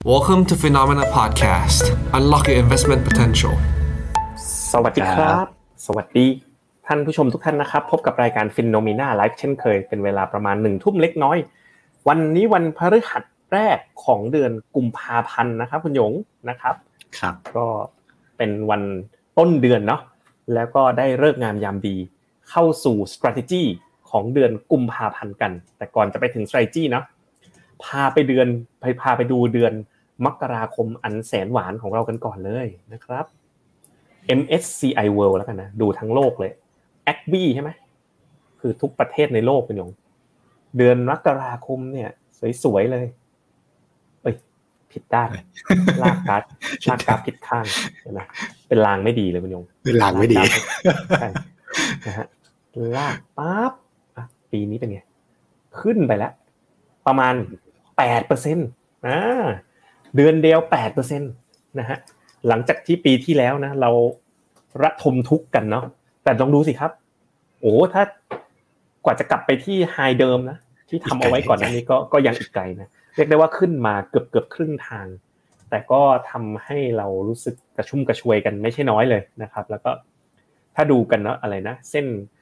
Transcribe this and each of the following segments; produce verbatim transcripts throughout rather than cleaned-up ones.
Welcome to Phenomena Podcast. Unlock your investment potential. สวัสดีครับสวัสดีท่านผู้ชมทุกท่านนะครับพบกับรายการ Phenomena Live เช่นเคยเป็นเวลาประมาณ หนึ่ง ทุ่มเล็กน้อยวันนี้วันพฤหัสแรกของเดือนกุมภาพันธ์นะครับคุณหยงนะครับครับก็เป็นวันต้นเดือนเนาะแล้วก็ได้ฤกษ์งามยามดีเข้าสู่ strategy ของเดือนกุมภาพันธ์กันแต่ก่อนจะไปถึง strategy เนาะพาไปเดือนไปพาไปดูเดือนมกราคมอันแสนหวานของเรากันก่อนเลยนะครับ เอ็ม เอส ซี ไอ World แล้วกันนะดูทั้งโลกเลย เอ ซี บี ใช่ไหมคือทุกประเทศในโลกคุณหยงเดือนมกราคมเนี่ยสวยๆเลยเอ้ยผิดด้านลากการ์ดลากกราฟผิดข้างเห็นไหมเป็นลางไม่ดีเลยคุณหยงเป็นลางไม่ดีใช่นะฮะลากปั๊บอ่ะปีนี้เป็นไงขึ้นไปแล้วประมาณ แปดเปอร์เซ็นต์ อ่าเดือนเดียว แปดเปอร์เซ็นต์ นะฮะหลังจากที่ปีที่แล้วนะเราระทมทุกข์กันเนาะแต่ลองดูสิครับโอ้ถ้ากว่าจะกลับไปที่ไฮเดิมนะที่ทำเอาไว้ก่อนหน้านี้ก็ก็ยังอีกไกลนะเรียกได้ว่าขึ้นมาเกือบๆครึ่งทางแต่ก็ทำให้เรารู้สึกกระชุ่มกระชวยกันไม่ใช่น้อยเลยนะครับแล้วก็ถ้าดูกันเนาะอะไรนะเส้น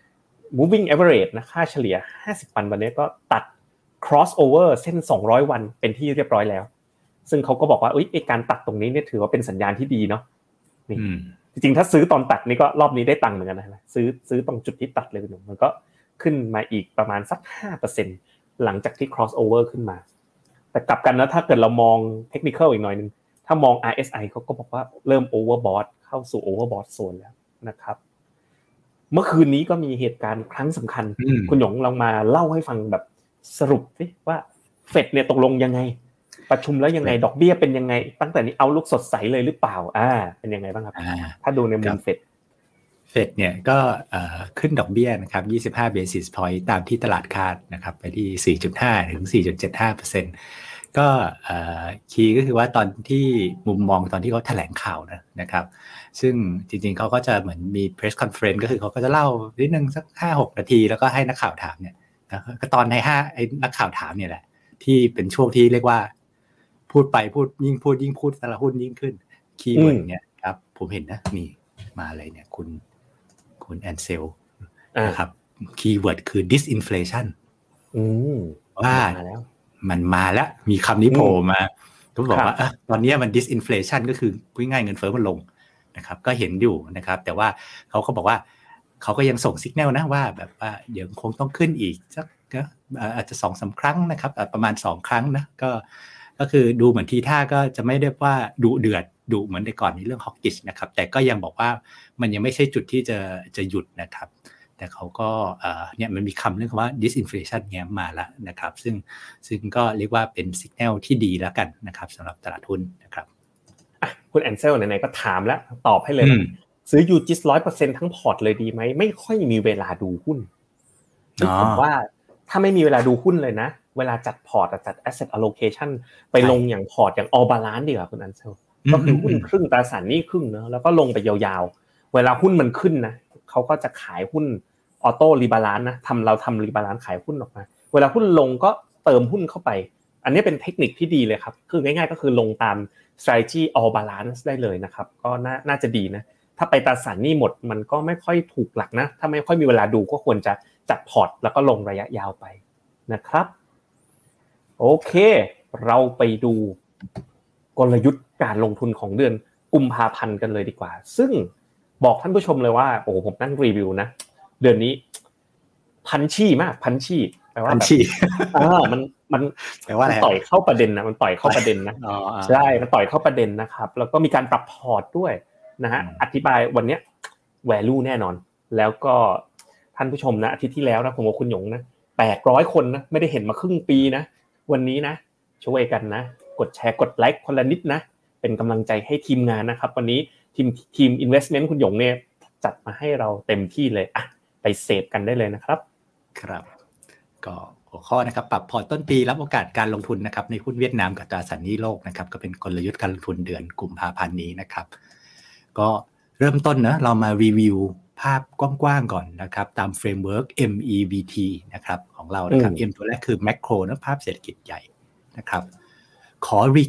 moving average นะค่าเฉลี่ยห้าสิบวันวันนี้ก็ตัด cross over เส้นสองร้อยวันเป็นที่เรียบร้อยแล้วซึ่งเขาก็บอกว่าเอ้ยไอ้การตัดตรงนี้เนี่ยถือว่าเป็นสัญญาณที่ดีเนาะนี่จริงๆถ้าซื้อตอนตัดนี่ก็รอบนี้ได้ตังค์เหมือนกันนะซื้อซื้อตรงจุดที่ตัดเลยคุณหนุ่มมันก็ขึ้นมาอีกประมาณสัก ห้าเปอร์เซ็นต์ หลังจากที่ cross over ขึ้นมาแต่กลับกันนะถ้าเกิดเรามอง technical อีกหน่อยนึงถ้ามอง อาร์ เอส ไอ เขาก็บอกว่าเริ่ม overbought เข้าสู่ overbought zone แล้วนะครับเมื่อคืนนี้ก็มีเหตุการณ์ครั้งสำคัญคุณหยงลองมาเล่าให้ฟังแบบสรุปสิว่าเฟดเนี่ยตกลงยังไงประชุมแล้วยังไงดอกเบี้ยเป็นยังไงตั้งแต่นี้เอาลุกสดใสเลยหรือเปล่าอ่าเป็นยังไงบ้างครับถ้าดูในมุมเฟดเฟดเนี่ยก็เอ่อขึ้นดอกเบี้ยนะครับยี่สิบห้า basis point ตามที่ตลาดคาดนะครับไปที่ สี่จุดห้า ถึง สี่จุดเจ็ดห้าเปอร์เซ็นต์ ก็เอ่อคีย์ก็คือว่าตอนที่มุมมองตอนที่เขาแถลงข่าวนะนะครับซึ่งจริงๆเขาก็จะเหมือนมี press conference ก็คือเขาก็จะเล่านิดนึงสัก ห้าหก นาทีแล้วก็ให้นักข่าวถามเนี่ยนะก็ตอนในห้าไอ้นักข่าวถามเนี่ยแหละที่เป็นช่วงที่เรียกว่าพูดไปพูดยิ่งพูดยิ่งพูดตลาดหุ้นยิ่งขึ้นคีย์เวิร์ดเนี่ยครับผมเห็นนะนี่มาอะไรเนี่ยคุณคุณแอนเซลนะครับคีย์เวิร์ดคือ disinflation อืมว่ามันมาแล้วมีคำนี้โผล่มาก็บอกว่าตอนนี้มัน disinflation ก็คือพูดง่ายเงินเฟ้อมันลงนะครับก็เห็นอยู่นะครับแต่ว่าเขาก็บอกว่าเขาก็ยังส่งสัญญาณนะว่าแบบว่าเดี๋ยวคงต้องขึ้นอีกสักอาจจะ สองสาม ครั้งนะครับประมาณสองครั้งนะก็ก็คือดูเหมือนทีท่าก็จะไม่ได้ว่าดุเดือดดุเหมือนแต่ก่อนในเรื่องฮอกกิชนะครับแต่ก็ยังบอกว่ามันยังไม่ใช่จุดที่จะจะหยุดนะครับแต่เขาก็เอ่อเนี่ยมันมีคำเรื่องคำว่า disinflation เงี้ยมาแล้วนะครับซึ่งซึ่งก็เรียกว่าเป็นสัญญาณที่ดีแล้วกันนะครับสำหรับตลาดหุ้นนะครับอ่ะคุณแอนเซลไหนๆก็ถามแล้วตอบให้เลยซื้อยูจิส หนึ่งร้อยเปอร์เซ็นต์ ทั้งพอร์ตเลยดีไหมไม่ค่อยมีเวลาดูหุ้นผมว่าถ้าไม่มีเวลาดูหุ้นเลยนะเวลาจัดพอร์ตจัด asset allocation ไปลงอย่างพอร์ตอย่าง all balance ดีกว่าคุณอันเซลก็คือหุ้นครึ่งตราสารหนี้ครึ่งเนอะแล้วก็ลงไปยาวๆเวลาหุ้นมันขึ้นนะเขาก็จะขายหุ้นออโต้รีบาลานซ์นะทำเราทำรีบาลานซ์ขายหุ้นออกมาเวลาหุ้นลงก็เติมหุ้นเข้าไปอันนี้เป็นเทคนิคที่ดีเลยครับคือง่ายๆก็คือลงตาม strategy all balance ได้เลยนะครับก็น่าจะดีนะถ้าไปตราสารหนี้หมดมันก็ไม่ค่อยถูกหลักนะถ้าไม่ค่อยมีเวลาดูก็ควรจะจัดพอร์ตแล้วก็ลงระยะยาวไปนะครับโอเคเราไปดูกลยุทธ์การลงทุนของเดือนกุมภาพันธ์กันเลยดีกว่าซึ่งบอกท่านผู้ชมเลยว่าโอ้ผมนั่งรีวิวนะเดือนนี้พันชี่มากพันชี่แปลว่าพันชี่เออมันมันแปลว่าอะไรต่อยเข้าประเด็นนะมันต่อยเข้าประเด็นนะอ๋อใช่มันต่อยเข้าประเด็นนะครับแล้วก็มีการปรับพอร์ตด้วยนะฮะอธิบายวันเนี้ย value แน่นอนแล้วก็ท่านผู้ชมนะอาทิตย์ที่แล้วนะผมกับคุณหยงนะแปดร้อยคนนะไม่ได้เห็นมาครึ่งปีนะวันนี้นะช่วยกันนะกดแชร์กดไลค์คนละนิดนะเป็นกำลังใจให้ทีมงานนะครับวันนี้ทีมทีม investment คุณหยงเนี่ยจัดมาให้เราเต็มที่เลยอ่ะไปเสพกันได้เลยนะครับครับก็หัวข้อนะครับปรับพอร์ตต้นปีรับโอกาสการลงทุนนะครับในหุ้นเวียดนามกับตราสารหนี้โลกนะครับก็เป็นกลยุทธ์การลงทุนเดือนกุมภาพันธ์นี้นะครับก็เริ่มต้นนะเรามารีวิวภาพกว้างๆก่อนนะครับตามเฟรมเวิร์ก เอ็ม อี วี ที นะครับของเรานะครับ M ตัวแรกคือแมคโครนะภาพเศรษฐกิจใหญ่นะครับขอรีแคป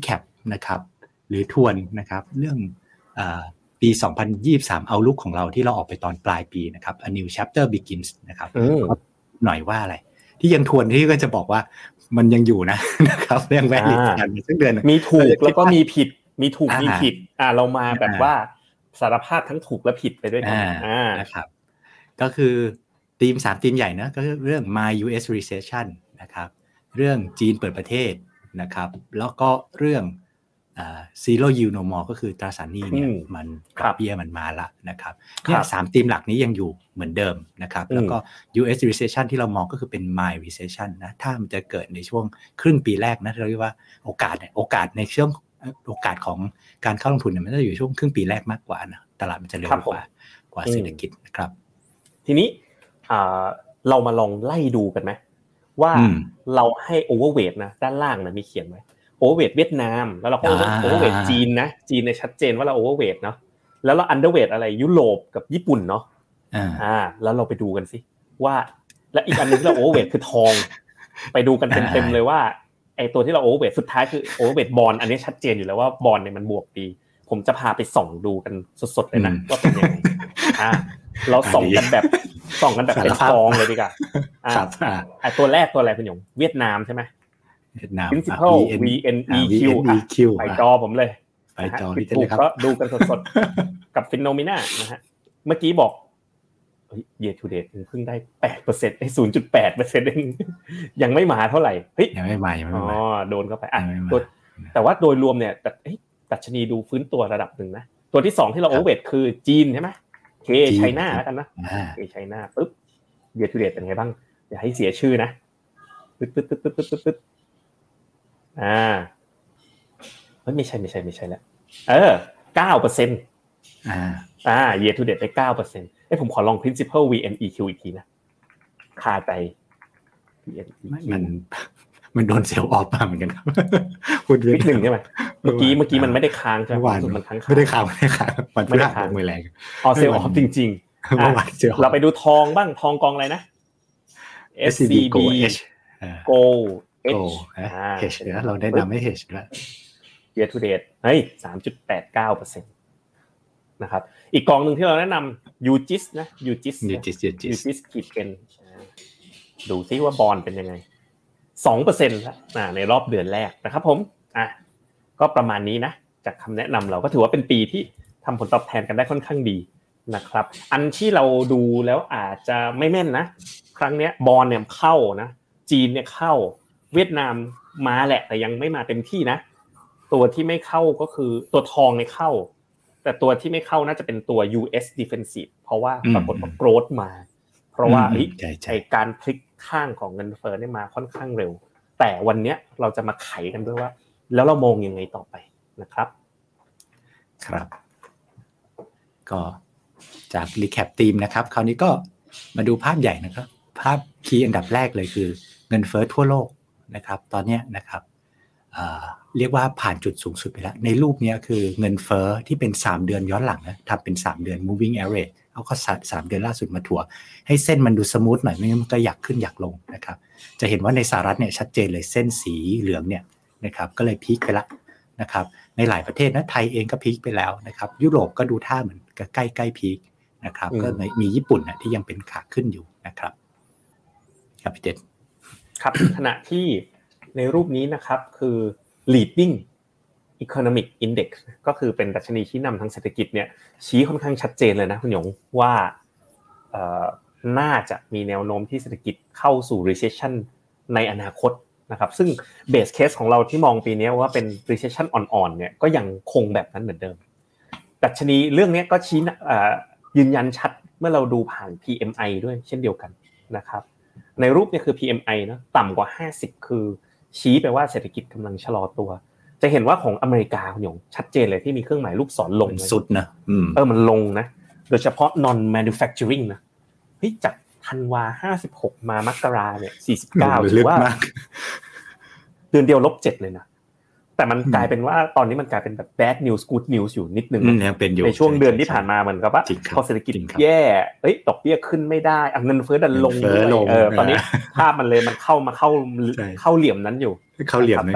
นะครับหรือทวนนะครับเรื่องเอ่อปีสองพันยี่สิบสาม Outlook ของเราที่เราออกไปตอนปลายปีนะครับ A New Chapter Begins นะครับหน่อยว่าอะไรที่ยังทวนที่ก็จะบอกว่ามันยังอยู่นะนะครับเรื่องแวลิดกันซึ่งเดือนมีถูกแล้วก็มีผิดมีถูกมีผิดอ่าเรามาแบบว่าสารภาพทั้งถูกและผิดไปด้วยกันอ่านะครับก็คือธีมสามธีมใหญ่นะก็เรื่อง My ยู เอส Recession นะครับเรื่องจีนเปิดประเทศนะครับแล้วก็เรื่องอ่า Zero Yield No More ก็คือตราสารหนี้เนี่ยมันดอกเบี้ยมันมาละนะครับเนี่ยสามธีมหลักนี้ยังอยู่เหมือนเดิมนะครับแล้วก็ ยู เอส Recession ที่เรามองก็คือเป็น My Recession นะถ้ามันจะเกิดในช่วงครึ่งปีแรกนะเราเรียกว่าโอกาสเนี่ยโอกาสในช่วงโอกาสของการเข้าลงทุนเนี่ยมันจะอยู่ช่วงครึ่งปีแรกมากกว่านะตลาดมันจะเร็วกว่ากว่าเศรษฐกิจนะครับทีนี้เรามาลองไล่ดูกันไหมว่าเราให้ overweight นะด้านล่างนะมีเขียนไว้ overweight เวียดนามแล้วเราก็ overweight จีนนะจีนเนี่ยชัดเจนว่าเรา overweight เนาะแล้วเรา underweight อะไรยุโรปกับญี่ปุ่นเนาะอ่าแล้วเราไปดูกันสิว่าและอีกอันนึงที่เรา overweight คือทองไปดูกันเต็มๆเลยว่าไอ้ตัวที่เรา overweight สุดท้ายคือ overweight bond อันนี้ชัดเจนอยู่แล้วว่าบอนด์เนี่ยมันบวกดีผมจะพาไปส่องดูกันสดๆเลยนะว่าเป็นยังไงอ่าเราส่องกันแบบส่องกันแบบเป็นฟองเลยดีกว่าครับอ่าตัวแรกตัวอะไรคุณหยงเวียดนามใช่ไหมเวียดนาม principal วี เอ็น อี คิว ไปจอผมเลยไปจอนี่เลยครับก็ดูกันสดๆกับ Phenomena นะฮะเมื่อกี้บอกเฮ้ย year to date เพิ่งได้ แปดเปอร์เซ็นต์ ไอ้ ศูนย์จุดแปดเปอร์เซ็นต์ เองยังไม่มาเท่าไหร่เฮ้ยยังไม่มายังไม่มาอ๋อโดนเข้าไปอ่ะแต่ว่าโดยรวมเนี่ยแต่เฮ้ยดัชนีดูฟื้นตัวระดับนึงนะตัวที่สองที่เรา overweight คือจีนใช่มั้ยเคไชน่าแล้วกันนะเคไชน่าปึ๊บ year to date เป็นไงบ้างอย่าให้เสียชื่อนะปึ๊ดๆๆๆอ่าเฮ้ยไม่ใช่ไม่ใช่ไม่ใช่แล้วเออ เก้าเปอร์เซ็นต์ อ่าอ่า year to date ได้ เก้าเปอร์เซ็นต์ เอ้ยผมขอลอง principal วี เอ็น อี คิว อีกทีนะคาใจ วี เอ็น อี คิวมันมันโดนเซลล์ออฟมาเหมือนกันครับพูดนิดนึงใช่มั้ยเมื่อกี้เมื่อกี้มันไม่ได้ค้างใช่มั้ยมันค้างไม่ได้ค้างไม่ได้ค้างมันไม่ได้ค้างมือแรงอ๋อเซลล์ออฟจริงๆเมื่อวานเซลล์เราไปดูทองบ้างทองกองอะไรนะ เอส ซี บี Gold H อ่า H นะเราได้นำให้ H แล้ว year to date เฮ้ย สามจุดแปดเก้าเปอร์เซ็นต์ นะครับอีกกองนึงที่เราแนะนำ ยู จี ไอ เอส นะ ยู จี ไอ เอส ยู จี ไอ เอส ขีดเกนดูซิว่าบอนด์เป็นยังไง สองเปอร์เซ็นต์ แล้วอ่าในรอบเดือนแรกนะครับผมอ่ะก็ประมาณนี้นะจากคำแนะนำเราก็ถือว่าเป็นปีที่ทำผลตอบแทนกันได้ค่อนข้างดีนะครับอันที่เราดูแล้วอาจจะไม่แม่นนะครั้งนี้บอนด์เนี่ยเข้านะจีนเนี่ยเข้าเวียดนามมาแหละแต่ยังไม่มาเต็มที่นะตัวที่ไม่เข้าก็คือตัวทองเนี่ยเข้าแต่ตัวที่ไม่เข้าน่าจะเป็นตัว ยู เอส Defensive เพราะว่าปรากฏว่าโกรธมาเพราะว่าไอ้การพลิกข้างของเงินเฟ้อเนี่ยมาค่อนข้างเร็วแต่วันนี้เราจะมาไขกันด้วยว่าแล้วเรามองยังไงต่อไปนะครับครับก็จากรีแคปธีมนะครับคราวนี้ก็มาดูภาพใหญ่นะครับภาพคีย์อันดับแรกเลยคือเงินเฟ้อทั่วโลกนะครับตอนนี้นะครับเอ่อเรียกว่าผ่านจุดสูงสุดไปแล้วในรูปนี้คือเงินเฟ้อที่เป็นสามเดือนย้อนหลังนะทำเป็นสามเดือน moving average เอาก็สามเดือนล่าสุดมาถั่วให้เส้นมันดูสมูทหน่อยไม่งั้นมันก็อยากขึ้นอยากลงนะครับจะเห็นว่าในสหรัฐเนี่ยชัดเจนเลยเส้นสีเหลืองเนี่ยนะครับก็เลยพีคไปละนะครับในหลายประเทศนะไทยเองก็พีคไปแล้วนะครับยุโรปก็ดูท่าเหมือนใกล้ใกล้พีคนะครับก็มีญี่ปุ่นนะที่ยังเป็นขาขึ้นอยู่นะครับครับพี่เจษครับ ขณะที่ในรูปนี้นะครับคือ leading economic index ก็คือเป็นดัชนีชี้นำทางเศรษฐกิจเนี่ยชี้ค่อนข้างชัดเจนเลยนะคุณหยงว่าเอ่อน่าจะมีแนวโน้มที่เศรษฐกิจเข้าสู่ recession ในอนาคตนะครับซึ่ง base case ของเราที่มองปีนี้ว่าเป็น recession อ่อนๆเนี่ยก็ยังคงแบบนั้นเหมือนเดิมดัชนีเรื่องนี้ก็ชี้เอ่อยืนยันชัดเมื่อเราดูผ่าน พี เอ็ม ไอ ด้วยเช่นเดียวกันนะครับในรูปเนี่ยคือ พี เอ็ม ไอ นะต่ำกว่าห้าสิบคือชี้ไปว่าเศรษฐกิจกำลังชะลอตัวจะเห็นว่าของอเมริกาคุณหยงชัดเจนเลยที่มีเครื่องหมายลูกศรลงสุดนะเออมันลงนะโดยเฉพาะ non manufacturing นะเฮ้ยจากธันวาห้าสิบหกมามกราเนี่ยสี่สิบเก้าถือว่าเดือนเดียวลบเจ็ดเลยนะแต่มันกลายเป็นว่าตอนนี้มันกลายเป็นแบบ bad news good news อยู่นิดนึงในช่วงเดือนที่ผ่านมาเหมือนกับว่าพอเศรษฐกิจแย่เอ้ยดอกเบี้ยขึ้นไม่ได้เงินเฟ้อดันลงเออตอนนี้ภาพมันเลยมันเข้ามาเข้าเข้าเหลี่ยมนั้นอยู่เข้าเหลี่ยมแต่ว่า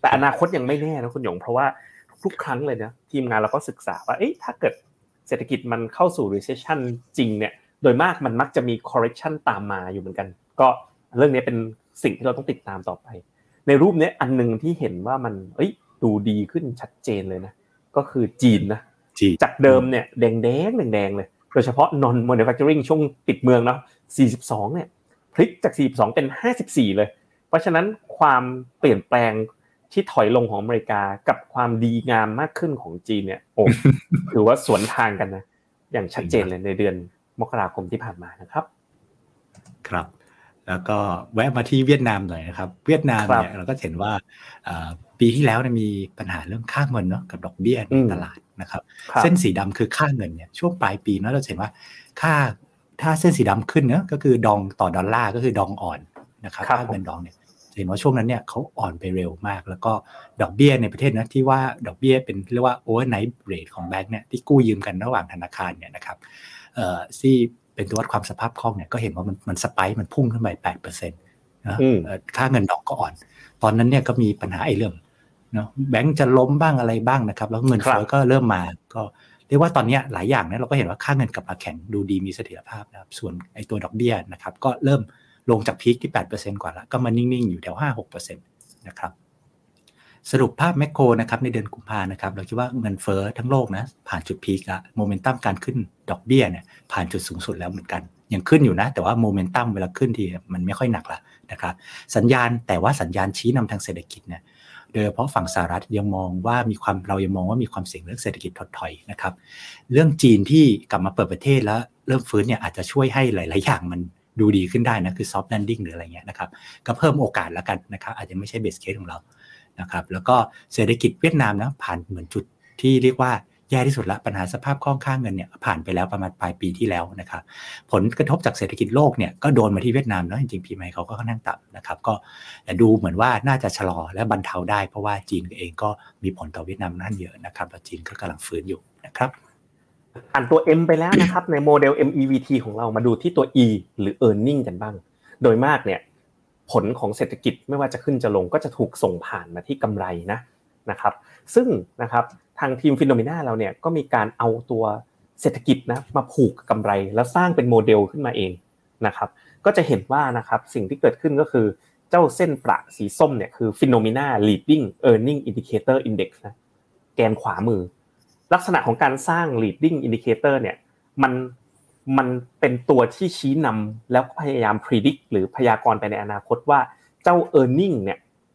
แต่อนาคตยังไม่แน่นะคุณหยงเพราะว่าทุกครั้งเลยนะทีมงานเราก็ศึกษาว่าเอ๊ะถ้าเกิดเศรษฐกิจมันเข้าสู่ recession จริงเนี่ยโดยมากมันมักจะมี correction ตามมาอยู่เหมือนกันก็เรื่องนี้เป็นสิ่งที่เราต้องติดตามต่อไปในรูปนี้อันนึงที่เห็นว่ามันเอ้ยดูดีขึ้นชัดเจนเลยนะก็คือจีนนะจากเดิมเนี่ยแดงๆแดงๆเลยโดยเฉพาะ non manufacturing ช่วงติดเมืองเนาะสี่สิบสองเนี่ยพลิกจากสี่สิบสองเป็นห้าสิบสี่เลยเพราะฉะนั้นความเปลี่ยนแปลงที่ถอยลงของอเมริกากับความดีงามมากขึ้นของจีนเนี่ยโอ้ถือว่าสวนทางกันนะอย่างชัดเจนเลยในเดือนมกราคมที่ผ่านมานะครับครับแล้วก็แวะมาที่เวียดนามหน่อยนะครับเวียดนามเนี่ยเราก็เห็นว่าปีที่แล้วมีปัญหาเรื่องค่าเงินเนาะกับดอกเบี้ยในตลาดนะครับเส้นสีดำคือค่าเงินเนี่ยช่วงปลายปีนะเราเห็นว่าค่าถ้าเส้นสีดำขึ้นเนาะก็คือดองต่อดอลลาร์ก็คือดองอ่อนนะครับค่าเงินดองเนี่ยเห็นว่าช่วงนั้นเนี่ยเขาอ่อนไปเร็วมากแล้วก็ดอกเบี้ยในประเทศนะที่ว่าดอกเบี้ยเป็นเรียกว่า overnight rate ของแบงก์เนี่ยที่กู้ยืมกันระหว่างธนาคารเนี่ยนะครับเอ่อที่เป็นตัววัดความสภาพคล่องเนี่ยก็เห็นว่ามันมันสไปค์มันพุ่งขึ้นไป แปดเปอร์เซ็นต์ นะค่าเงินดอกก็อ่อนตอนนั้นเนี่ยก็มีปัญหาไอ้เรื่องเนาะแบงก์จะล้มบ้างอะไรบ้างนะครับแล้วเงินเฟ้อก็เริ่มมาก็เรียกว่าตอนนี้หลายอย่างเนี่ยเราก็เห็นว่าค่าเงินกลับมาแข็งดูดีมีเสถียรภาพนะครับส่วนไอ้ตัวดอกเบี้ยนะครับก็เริ่มลงจากพีคที่ แปดเปอร์เซ็นต์ กว่าแล้วก็มานิ่งๆอยู่แถว ห้าถึงหกเปอร์เซ็นต์ นะครับสรุปภาพแมคโครนะครับในเดือนกุมภาพันธ์นะครับเราคิดว่าเงินเฟ้อทั้งโลกนะผ่านจุดพีคแล้วโมเมนตัมการขึ้นดอกเบี้ยเนี่ยผ่านจุดสูงสุดแล้วเหมือนกันยังขึ้นอยู่นะแต่ว่าโมเมนตัมเวลาขึ้นทีมันไม่ค่อยหนักละนะครับสัญญาณแต่ว่าสัญญาณชี้นำทางเศรษฐกิจเนี่ยโดยเฉพาะฝั่งสหรัฐยังมองว่ามีความเรายังมองว่ามีความเสี่ยงเรื่องเศรษฐกิจถดถอยนะครับเรื่องจีนที่กลับมาเปิดประเทศแล้วเริ่มฟื้นเนี่ยอาจจะช่วยให้หลายๆอย่างมันดูดีขึ้นได้นะคือ soft landing หรืออะไรเงี้ยนะครับก็เพิ่มโอกาสแล้วกันนะครับอาจจะไม่ใช่ base case ของเรานะครับแล้วก็เศรษฐกิจเวียดนามนะผ่านเหมือนจุดที่เรียกว่าแย่ที่สุดละปัญหาสภาพคล่องค่าเงินเนี่ยผ่านไปแล้วประมาณปลายปีที่แล้วนะครับผลกระทบจากเศรษฐกิจโลกเนี่ยก็โดนมาที่เวียดนามเนาะจริงๆ พี เอ็ม ไอ เขาก็ค่อนข้างต่ำนะครับก็แต่ดูเหมือนว่าน่าจะชะลอและบรรเทาได้เพราะว่าจีนเองก็มีผลต่อเวียดนามนั่นเยอะนะครับแล้วจีนก็กำลังฟื้นอยู่นะครับอ่านตัว M ไปแล้วนะครับในโมเดล เอ็ม อี วี ที ของเรามาดูที่ตัว E หรือ earning กันบ้างโดยมากเนี่ยผลของเศรษฐกิจไม่ว่าจะขึ้นจะลงก็จะถูกส่งผ่านมาที่กำไรนะนะครับซึ่งนะครับทางทีม Phenomena เราเนี่ยก็มีการเอาตัวเศรษฐกิจนะมาผูกกับกำไรแล้วสร้างเป็นโมเดลขึ้นมาเองนะครับก็จะเห็นว่านะครับสิ่งที่เกิดขึ้นก็คือเจ้าเส้นประสีส้มเนี่ยคือ Phenomena Leading Earning Indicator Index นะแกนขวามือลักษณะของการสร้าง leading indicator เนี่ยมันมันเป็นตัวที่ชี้นำแล้วพยายาม predict หรือพยากรณ์ไปในอนาคตว่าเจ้า earning เนี่ย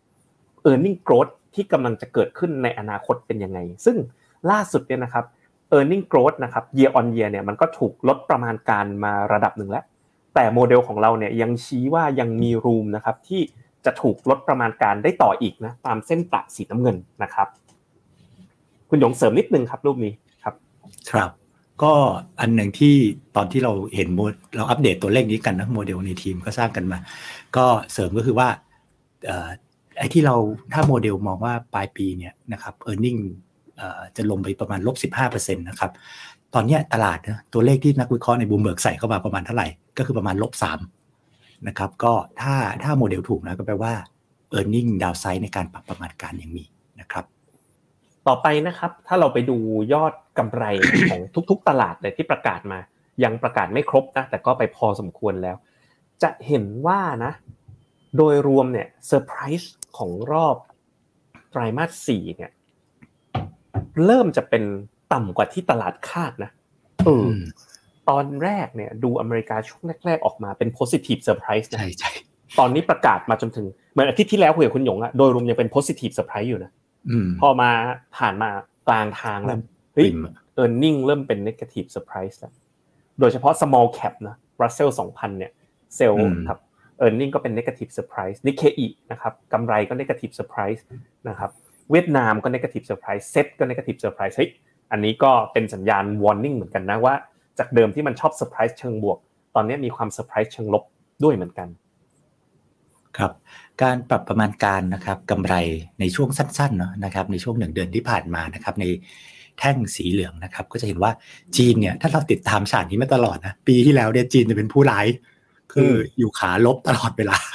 earning growth ที่กำลังจะเกิดขึ้นในอนาคตเป็นยังไงซึ่งล่าสุดเนี่ยนะครับ earning growth นะครับ year on year เนี่ยมันก็ถูกลดประมาณการมาระดับหนึ่งแล้วแต่โมเดลของเราเนี่ยยังชี้ว่ายังมี room นะครับที่จะถูกลดประมาณการได้ต่ออีกนะตามเส้นประสีน้ำเงินนะครับคุณหยงเสริมนิดนึงครับรูปนี้ครับครับก็อันหนึ่งที่ตอนที่เราเห็นเราอัปเดตตัวเลขนี้กันนะโมเดลในทีมก็สร้างกันมาก็เสริมก็คือว่าเอ่อไอ้ที่เราถ้าโมเดลมองว่าปลายปีเนี่ยนะครับ earning เอ่อจะลงไปประมาณ ลบสิบห้าเปอร์เซ็นต์ นะครับตอนนี้ตลาดนะตัวเลขที่นักวิเคราะห์ใน Bloomberg ใส่เข้ามาประมาณเท่าไหร่ก็คือประมาณ ลบสาม นะครับก็ถ้าถ้าโมเดลถูกนะก็แปลว่า earning downside ในการปรับประมาณการยังมีนะครับต่อไปนะครับถ้าเราไปดูยอดกำไรของทุกๆตลาดเลยที่ประกาศมายังประกาศไม่ครบนะแต่ก็ไปพอสมควรแล้วจะเห็นว่านะโดยรวมเนี่ยเซอร์ไพรส์ของรอบไตรมาสสี่เนี่ยเริ่มจะเป็นต่ำกว่าที่ตลาดคาดนะเออตอนแรกเนี่ยดูอเมริกาช่วงแรกๆออกมาเป็น positive surprise นะใช่ๆตอนนี้ประกาศมาจนถึงเหมือนอาทิตย์ที่แล้วคุยกับคุณหยงอะโดยรวมยังเป็น positive surprise อยู่นะพอมาผ่านมากลางทางแล้วเฮ้ย earning เริ่มเป็น negative surprise แล้วโดยเฉพาะ small cap นะ Russell สองพันเนี่ยเซลล์ครับ earning ก็เป็น negative surprise Nikkei นะครับกำไรก็ negative surprise นะครับเวียดนามก็ negative surprise เซ็ตก็ negative surprise เฮ้ยอันนี้ก็เป็นสัญญาณ warning เหมือนกันนะว่าจากเดิมที่มันชอบ surprise เชิงบวกตอนนี้มีความ surprise เชิงลบด้วยเหมือนกันครับการปรับประมาณการนะครับกำไรในช่วงสั้นๆเนาะนะครับในช่วงหนึ่งเดือนที่ผ่านมานะครับในแท่งสีเหลืองนะครับก็จะเห็นว่าจีนเนี่ยถ้าเราติดตามฉากนี้มาตลอดนะปีที่แล้วเนี่ยจีนจะเป็นผู้ร้ายคืออยู่ขาลบตลอดเวลา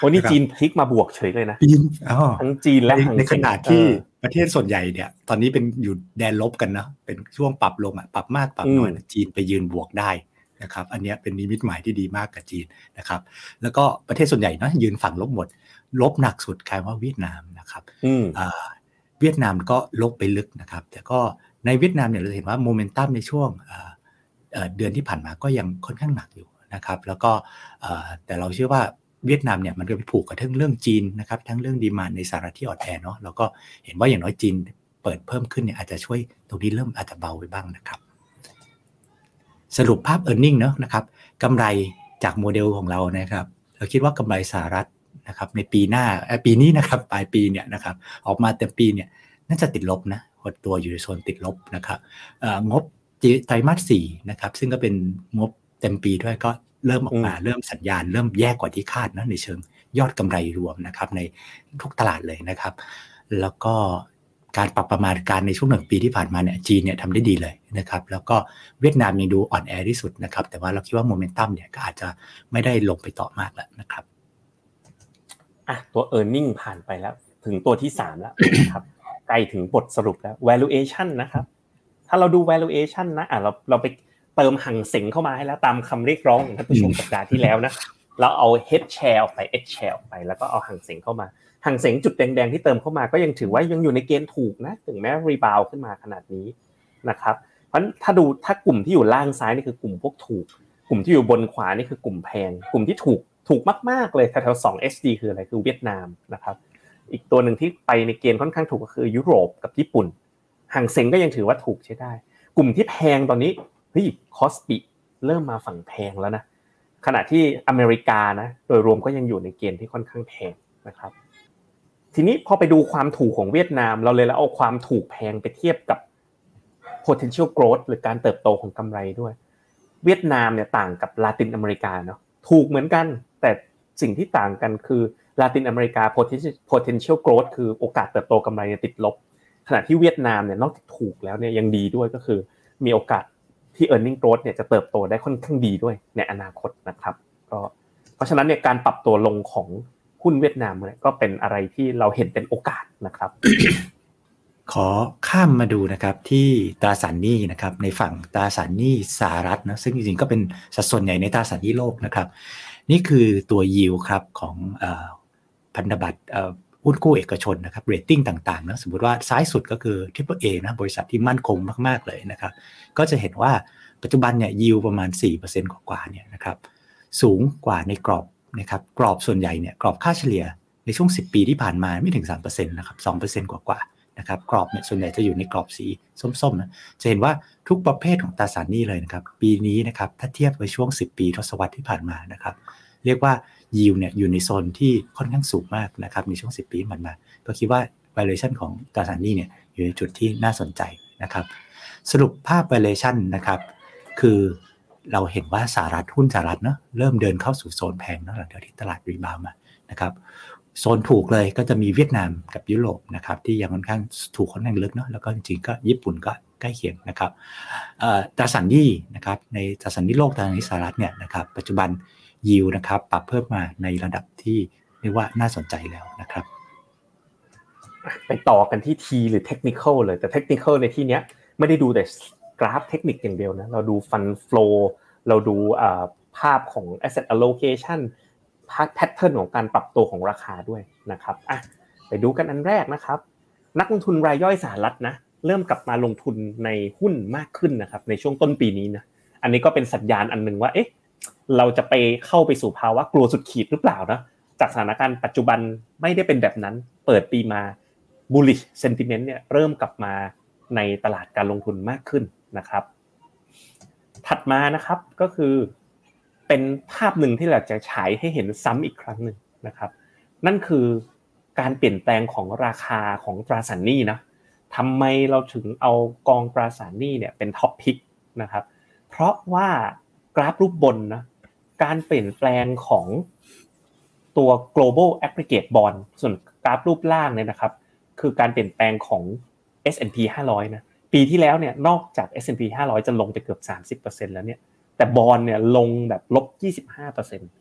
วันนี้จีนพลิกมาบวกเฉยเลยนะจีนอ๋อทั้งจีนและในขณะที่ประเทศส่วนใหญ่เนี่ยตอนนี้เป็นอยู่แดนลบกันนะเป็นช่วงปรับลงอ่ะปรับมากปรับน้อยจีนไปยืนบวกได้นะครับอันนี้เป็นนิมิตหมายที่ดีมากกับจีนนะครับแล้วก็ประเทศส่วนใหญ่นะยืนฝั่งลบหมดลบหนักสุดใครว่าเวียดนามนะครับอ่าเวียดนามก็ลบไปลึกนะครับแต่ก็ในเวียดนามเนี่ยเราเห็นว่าโมเมนตัมในช่วงเดือนที่ผ่านมาก็ยังค่อนข้างหนักอยู่นะครับแล้วก็แต่เราเชื่อว่าเวียดนามเนี่ยมันก็ไปผูกกับทั้งเรื่องจีนนะครับทั้งเรื่องดีมานด์ในสหรัฐที่อ่อนแอเนาะแล้วก็เห็นว่าอย่างน้อยจีนเปิดเพิ่มขึ้นเนี่ยอาจจะช่วยตรงนี้เริ่มอาจจะเบาไปบ้างนะครับสรุปภาพ earning เนาะนะครับกำไรจากโมเดลของเรานะครับเราคิดว่ากำไรสหรัฐนะครับในปีหน้าปีนี้นะครับปลายปีเนี่ยนะครับออกมาเต็มปีเนี่ยน่าจะติดลบนะหดตัวอยู่ในโซนติดลบนะครับงบไตรมาสสี่นะครับซึ่งก็เป็นงบเต็มปีด้วยก็เริ่มออกมาเริ่มสัญญาณเริ่มแย่กว่าที่คาดนะในเชิงยอดกำไรรวมนะครับในทุกตลาดเลยนะครับแล้วก็การปรับประมาณการในช่วงหนึ่งปีที่ผ่านมาเนี่ยจีนเนี่ยทำได้ดีเลยนะครับแล้วก็เวียดนามยังดูอ่อนแอที่สุดนะครับแต่ว่าเราคิดว่าโมเมนตัมเนี่ยก็อาจจะไม่ได้ลงไปต่อมากแล้วนะครับอ่ะตัว earning ผ่านไปแล้วถึงตัวที่สามแล้วนะครับใกล้ถึงบทสรุปแล้ว valuation นะครับถ้าเราดู valuation นะอ่ะเราเราไปเติมหังเส็งเข้ามาให้แล้วตามคำเรียกร้องของท่านผู้ชมสัปดาห์ที่แล้วนะเราเอา head share ออกไป H share ออกไปแล้วก็เอาหังเส็งเข้ามาหังเส็งจุดแดงๆที่เติมเข้ามาก็ยังถือว่ายังอยู่ในเกณฑ์ถูกนะถึงแม้รีบาวขึ้นมาขนาดนี้นะครับเพราะถ้าดูถ้ากลุ่มที่อยู่ล่างซ้ายนี่คือกลุ่มพวกถูกกลุ่มที่อยู่บนขวานี่คือกลุ่มแพงกลุ่มที่ถูกถูกมากๆเลยแถวๆ สอง เอส ดี คืออะไรคือเวียดนามนะครับอีกตัวนึงที่ไปในเกณฑ์ค่อนข้างถูกก็คือยุโรปกับญี่ปุ่นหังเส็งก็ยังถือว่าถูกใช้ได้กลุ่มที่แพงตอนนี้เฮ้ยคอสปิเริ่มมาฝั่งแพงแล้วนะขณะที่อเมริกานะโดยรวมก็ยังอยู่ในเกณฑ์ที่ค่อนข้างแพงนะครับทีนี้พอไปดูความถูกของเวียดนามเราเลยแล้วเอาความถูกแพงไปเทียบกับ potential growth หรือการเติบโตของกำไรด้วยเวียดนามเนี่ยต่างกับลาตินอเมริกาเนาะถูกเหมือนกันแต่สิ่งที่ต่างกันคือลาตินอเมริกา potential growth คือโอกาสเติบโตกำไรติดลบขณะที่เวียดนามเนี่ยนอกจากถูกแล้วเนี่ยยังดีด้วยก็คือมีโอกาสที่ earning growth เนี่ยจะเติบโตได้ค่อนข้างดีด้วยในอนาคตนะครับก็เพราะฉะนั้นเนี่ยการปรับตัวลงของหุ้นเวียดนามเนี่ยก็เป็นอะไรที่เราเห็นเป็นโอกาสนะครับขอข้ามมาดูนะครับที่ตราสารหนี้นะครับในฝั่งตราสารหนี้สหรัฐนะซึ่งจริงๆก็เป็นสัดส่วนใหญ่ในตราสารหนี้โลกนะครับนี่คือตัว yield ครับของเอ่อพันธบัตรเอ่อหุ้นกู้เอกชนนะครับเรตติ้งต่างๆนะสมมุติว่าซ้ายสุดก็คือ ทริปเปิลเอ นะบริษัทที่มั่นคงมากๆเลยนะครับก็จะเห็นว่าปัจจุบันเนี่ย yield ประมาณ สี่เปอร์เซ็นต์ กว่าๆเนี่ยนะครับสูงกว่าในกรอบนะครับกรอบส่วนใหญ่เนี่ยกรอบค่าเฉลี่ยในช่วงสิบปีที่ผ่านมาไม่ถึง สามเปอร์เซ็นต์ นะครับ สองเปอร์เซ็นต์ กว่าๆนะครับกรอบเนี่ยส่วนใหญ่จะอยู่ในกรอบสีส้มๆนะจะเห็นว่าทุกประเภทของตราสารหนี้เลยนะครับปีนี้นะครับถ้าเทียบกับช่วงสิบปีทศวรรษที่ผ่านมานะครับเรียกว่า yield เนี่ยอยู่ในโซนที่ค่อนข้างสูงมากนะครับในช่วงสิบปีที่ผ่านมาก็คิดว่า valuation ของตราสารหนี้เนี่ยอยู่ในจุดที่น่าสนใจนะครับสรุปภาพ valuation นะครับคือเราเห็นว่าสหรัฐหุ้นสหรัฐเนาะเริ่มเดินเข้าสู่โซนแพงเนาะหลังจากที่ตลาดรีบาวด์มานะครับโซนถูกเลยก็จะมีเวียดนามกับยุโรปนะครับที่ยังค่อนข้างถูกค่อนข้างลึกเนาะแล้วก็จริงๆก็ญี่ปุ่นก็ใกล้เคียงนะครับตราสารหนี้นะครับในตราสารหนี้โลกตราสารหนี้สหรัฐเนี่ยนะครับปัจจุบันyield นะครับปรับเพิ่มมาในระดับที่เรียกว่าน่าสนใจแล้วนะครับไปต่อกันที่ T หรือ technical เลยแต่ technical ในที่เนี้ยไม่ได้ดูแต่กราฟเทคนิคอย่างเดียวนะเราดู fund flow เราดูภาพของ asset allocation ภาพ pattern ของการปรับตัวของราคาด้วยนะครับอ่ะไปดูกันอันแรกนะครับนักลงทุนรายย่อยสหรัฐนะเริ่มกลับมาลงทุนในหุ้นมากขึ้นนะครับในช่วงต้นปีนี้นะอันนี้ก็เป็นสัญญาณอันนึงว่าเอ๊ะเราจะไปเข้าไปสู่ภาวะกลัวสุดขีดหรือเปล่านะจากสถานการณ์ปัจจุบันไม่ได้เป็นแบบนั้นเปิดปีมา bullish sentiment เนี่ยเริ่มกลับมาในตลาดการลงทุนมากขึ้นนะครับถัดมานะครับก็คือเป็นภาพหนึ่งที่เราจะฉายให้เห็นซ้ำอีกครั้งหนึ่งนะครับนั่นคือการเปลี่ยนแปลงของราคาของตราสารหนี้นะทำไมเราถึงเอากองตราสารหนี้เนี่ยเป็นท็อปพิกนะครับเพราะว่ากราฟรูปบนนะการเปลี่ยนแปลงของตัว global aggregate bond ส่วนกราฟรูปล่างเนี่ยนะครับคือการเปลี่ยนแปลงของ เอส แอนด์ พี ห้าร้อยนะปีที่แล้วเนี่ยนอกจาก เอส แอนด์ พี ห้าร้อยจะลงไปเกือบ สามสิบเปอร์เซ็นต์ แล้วเนี่ยแต่บอนด์เนี่ยลงแบบลบ ยี่สิบห้าเปอร์เซ็นต์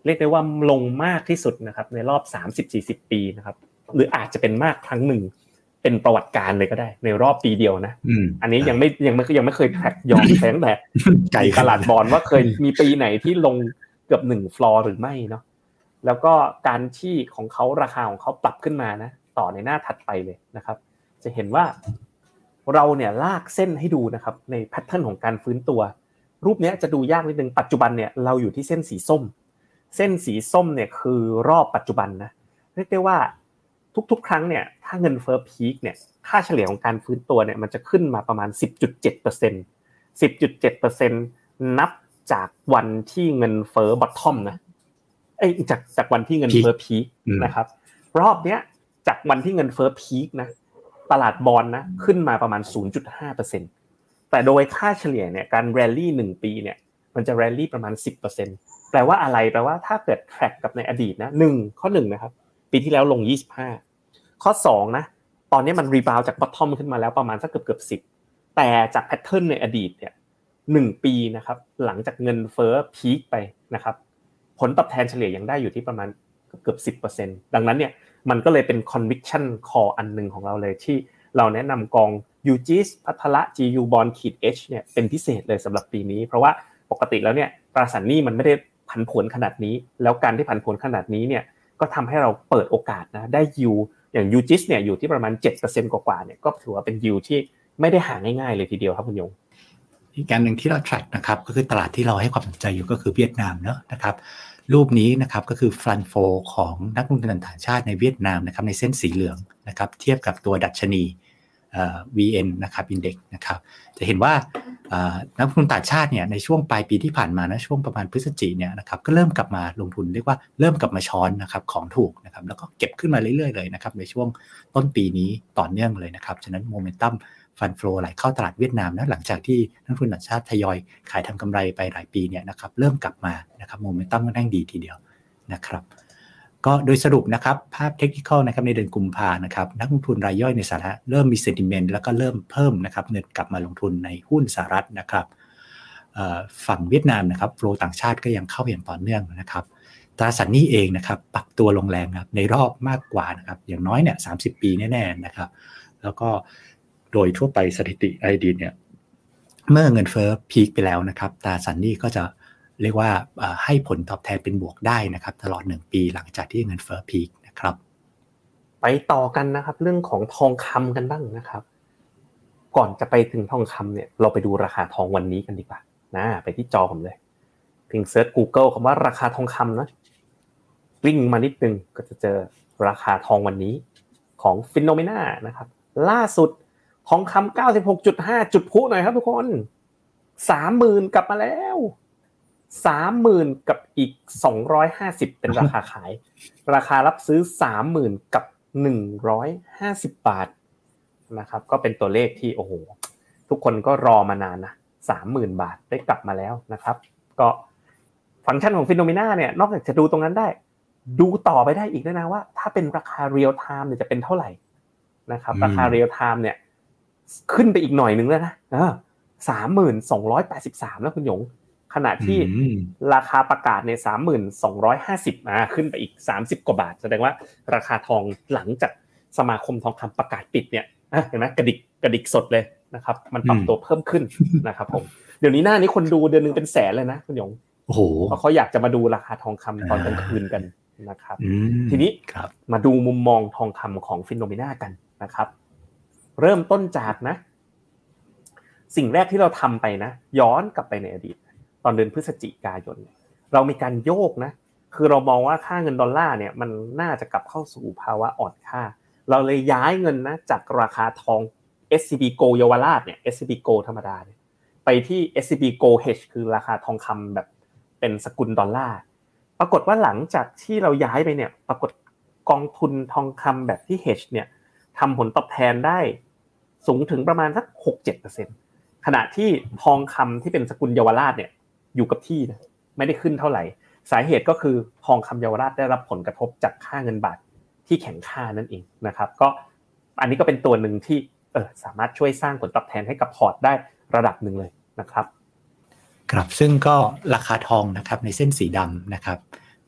เรียกได้ว่าลงมากที่สุดนะครับในรอบ สามสิบถึงสี่สิบ ปีนะครับหรืออาจจะเป็นมากครั้งหนึ่งเป็นประวัติการเลยก็ได้ในรอบปีเดียวนะอันนี้ยังไม่ยังไม่ยังไม่เคยแทร็กย้อนไปตั้งแต่ตลาดบอนด์ว่าเคยมีปีไหนที่ลงเกือบหนึ่งฟลอร์หรือไม่เนาะแล้วก็การที่ของเขาราคาของเขาปรับขึ้นมานะต่อในหน้าถัดไปเลยนะครับจะเห็นว่าเราเนี่ยลากเส้นให้ดูนะครับในแพทเทิร์นของการฟื้นตัวรูปนี้จะดูยากนิดนึงปัจจุบันเนี่ยเราอยู่ที่เส้นสีส้มเส้นสีส้มเนี่ยคือรอบปัจจุบันนะเรียกได้ว่าทุกๆครั้งเนี่ยถ้าเงินเฟ้อพีคเนี่ยค่าเฉลี่ยของการฟื้นตัวเนี่ยมันจะขึ้นมาประมาณ สิบจุดเจ็ดเปอร์เซ็นต์ สิบจุดเจ็ดเปอร์เซ็นต์ นับจากวันที่เงินเฟ้อบอททอมนะเอ้ยจากจากวันที่เงินเฟ้อพีคนะครับรอบเนี้ยจากวันที่เงินเฟ้อพีคนะตลาดบอนด์นะขึ้นมาประมาณ ศูนย์จุดห้าเปอร์เซ็นต์ แต่โดยค่าเฉลี่ยเนี่ยการแรลลี่หนึ่งปีเนี่ยมันจะแรลลี่ประมาณ สิบเปอร์เซ็นต์ แปลว่าอะไรแปลว่าถ้าเกิดแทร็กกับในอดีตนะหนึ่งข้อหนึ่งนะครับปีที่แล้วลงยี่สิบห้าข้อสองนะตอนนี้มันรีบาวด์จากบอททอมขึ้นมาแล้วประมาณสักเกือบๆสิบแต่จากแพทเทิร์นในอดีตเนี่ยหนึ่งปีนะครับหลังจากเงินเฟ้อพีคไปนะครับผลตอบแทนเฉลี่ยยังได้อยู่ที่ประมาณเกือบ สิบเปอร์เซ็นต์ ดังนั้นเนี่ยมันก็เลยเป็น conviction call อันนึงของเราเลยที่เราแนะนำกอง ยู จี ไอ เอส พัทละ จี ยู Bond H เนี่ยเป็นพิเศษเลยสำหรับปีนี้เพราะว่าปกติแล้วเนี่ยตราสารหนี้มันไม่ได้ผันผวนขนาดนี้แล้วการที่ผันผวนขนาดนี้เนี่ยก็ทำให้เราเปิดโอกาสนะได้ yield อย่าง ยู จี ไอ เอส เนี่ยอยู่ที่ประมาณ เจ็ดเปอร์เซ็นต์ กว่าๆเนี่ยก็ถือว่าเป็น yield ที่ไม่ได้หาง่ายๆเลยทีเดียวครับคุณยงอีกการหนึ่งที่เรา track นะครับก็คือตลาดที่เราให้ความสนใจอยู่ก็คือเวียดนามเนาะนะครับรูปนี้นะครับก็คือฟันโฟของนักลงทุนต่างชาติในเวียดนามนะครับในเส้นสีเหลืองนะครับเทียบกับตัวดัชนีเอ่อ วี เอ็น นะครับ index นะครับจะเห็นว่านักลงทุนต่างชาติเนี่ยในช่วงปลายปีที่ผ่านมานะช่วงประมาณพฤศจิกายนเนี่ยนะครับก็เริ่มกลับมาลงทุนเรียกว่าเริ่มกลับมาช้อนนะครับของถูกนะครับแล้วก็เก็บขึ้นมาเรื่อยๆเลยนะครับในช่วงต้นปีนี้ต่อเนื่องเลยนะครับฉะนั้นโมเมนตัมฟันโฟไหลเข้าตลาดเวียดนามนะหลังจากที่นักลงทุนต่างชาติทยอยขายทำกำไรไปหลายปีเนี่ยนะครับเริ่มกลับมานะครับโมเมนตัมก็นั่งดีทีเดียวนะครับก็โดยสรุปนะครับภาพเทคนิคอลนะครับในเดือนกุมภาพันธ์นะครับนักลงทุนรายย่อยในสหรัฐเริ่มมีเซนติเมนต์แล้วก็เริ่มเพิ่มนะครับเงินกลับมาลงทุนในหุ้นสหรัฐนะครับฝั่งเวียดนามนะครับโฟลว์ต่างชาติก็ยังเข้าอย่างต่อเนื่องนะครับตราสารหนี้เองนะครับปรับตัวลงแรงครับในรอบมากกว่านะครับอย่างน้อยเนี่ยสามสิบปีแน่ๆนะครับแล้วก็โดยทั่วไปสถิติอดีตเนี่ยเมื่อเงินเฟ้อพีคไปแล้วนะครับตราสารหนี้ก็จะเรียกว่าให้ผลตอบแทนเป็นบวกได้นะครับตลอดหนึ่งปีหลังจากที่เงินเฟ้อพีคนะครับไปต่อกันนะครับเรื่องของทองคำกันบ้างนะครับก่อนจะไปถึงทองคำเนี่ยเราไปดูราคาทองวันนี้กันดีกว่านะไปที่จอผมเลยเพียงเซิร์ช Google คำว่าราคาทองคำนะกลิ้งมานิดนึงก็จะเจอราคาทองวันนี้ของ Phenomena นะครับล่าสุดทองคำ เก้าสิบหกจุดห้า จุดพุหน่อยครับทุกคน สามหมื่น กลับมาแล้วสามหมื่นกับอีกสองร้อยห้าสิบเป็นราคาขายราคารับซื้อ สามหมื่น กับหนึ่งร้อยห้าสิบบาทนะครับก็เป็นตัวเลขที่โอ้โหทุกคนก็รอมานานนะ สามหมื่น บาทได้กลับมาแล้วนะครับก็ฟังก์ชันของ Phenomena เนี่ยนอกจากจะดูตรงนั้นได้ดูต่อไปได้อีกด้วยนะว่าถ้าเป็นราคา real time เนี่ยจะเป็นเท่าไหร่นะครับราคา real time เนี่ยขึ้นไปอีกหน่อยนึงแล้วนะเออ สามหมื่นสองร้อยแปดสิบสาม แล้วคุณหยงขณะที่ราคาประกาศเนี่ย สามหมื่นสองร้อยห้าสิบ อ่าขึ้นไปอีกสามสิบกว่าบาทแสดงว่าราคาทองหลังจากสมาคมทองคำประกาศปิดเนี่ยเห็นไหมกระดิกกระดิกสดเลยนะครับมันปรับตัวเพิ่มขึ้นนะครับผมเดี๋ยวนี้หน้านี้คนดูเดือนนึงเป็นแสนเลยนะคุณหยงโอ้โหเพราะเขาอยากจะมาดูราคาทองคำตอนกลางคืนกันนะครับทีนี้มาดูมุมมองทองคำของ Phenomena กันนะครับเริ่มต้นจากนะสิ่งแรกที่เราทำไปนะย้อนกลับไปในอดีตตอนเดือนพฤศจิกายนเรามีการโยกนะคือเรามองว่าค่าเงินดอลลาร์เนี่ยมันน่าจะกลับเข้าสู่ภาวะอ่อนค่าเราเลยย้ายเงินนะจากราคาทอง เอส ซี บี Gold เยาวราชเนี่ย เอส ซี บี Gold ธรรมดาเนี่ยไปที่ เอส ซี บี Gold Hedge คือราคาทองคำแบบเป็นสกุลดอลลาร์ปรากฏว่าหลังจากที่เราย้ายไปเนี่ยปรากฏกองทุนทองคำแบบที่ Hedge เนี่ยทำผลตอบแทนได้สูงถึงประมาณสัก หกถึงเจ็ดเปอร์เซ็นต์ ขณะที่ทองคำที่เป็นสกุลเยาวราชเนี่ยอยู่กับที่นะไม่ได้ขึ้นเท่าไหร่สาเหตุก็คือทองคำเยาวราชได้รับผลกระทบจากค่าเงินบาทที่แข็งค่านั่นเองนะครับก็อันนี้ก็เป็นตัวหนึ่งที่เออสามารถช่วยสร้างผลตอบแทนให้กับพอร์ตได้ระดับหนึ่งเลยนะครับครับซึ่งก็ราคาทองนะครับในเส้นสีดำนะครับ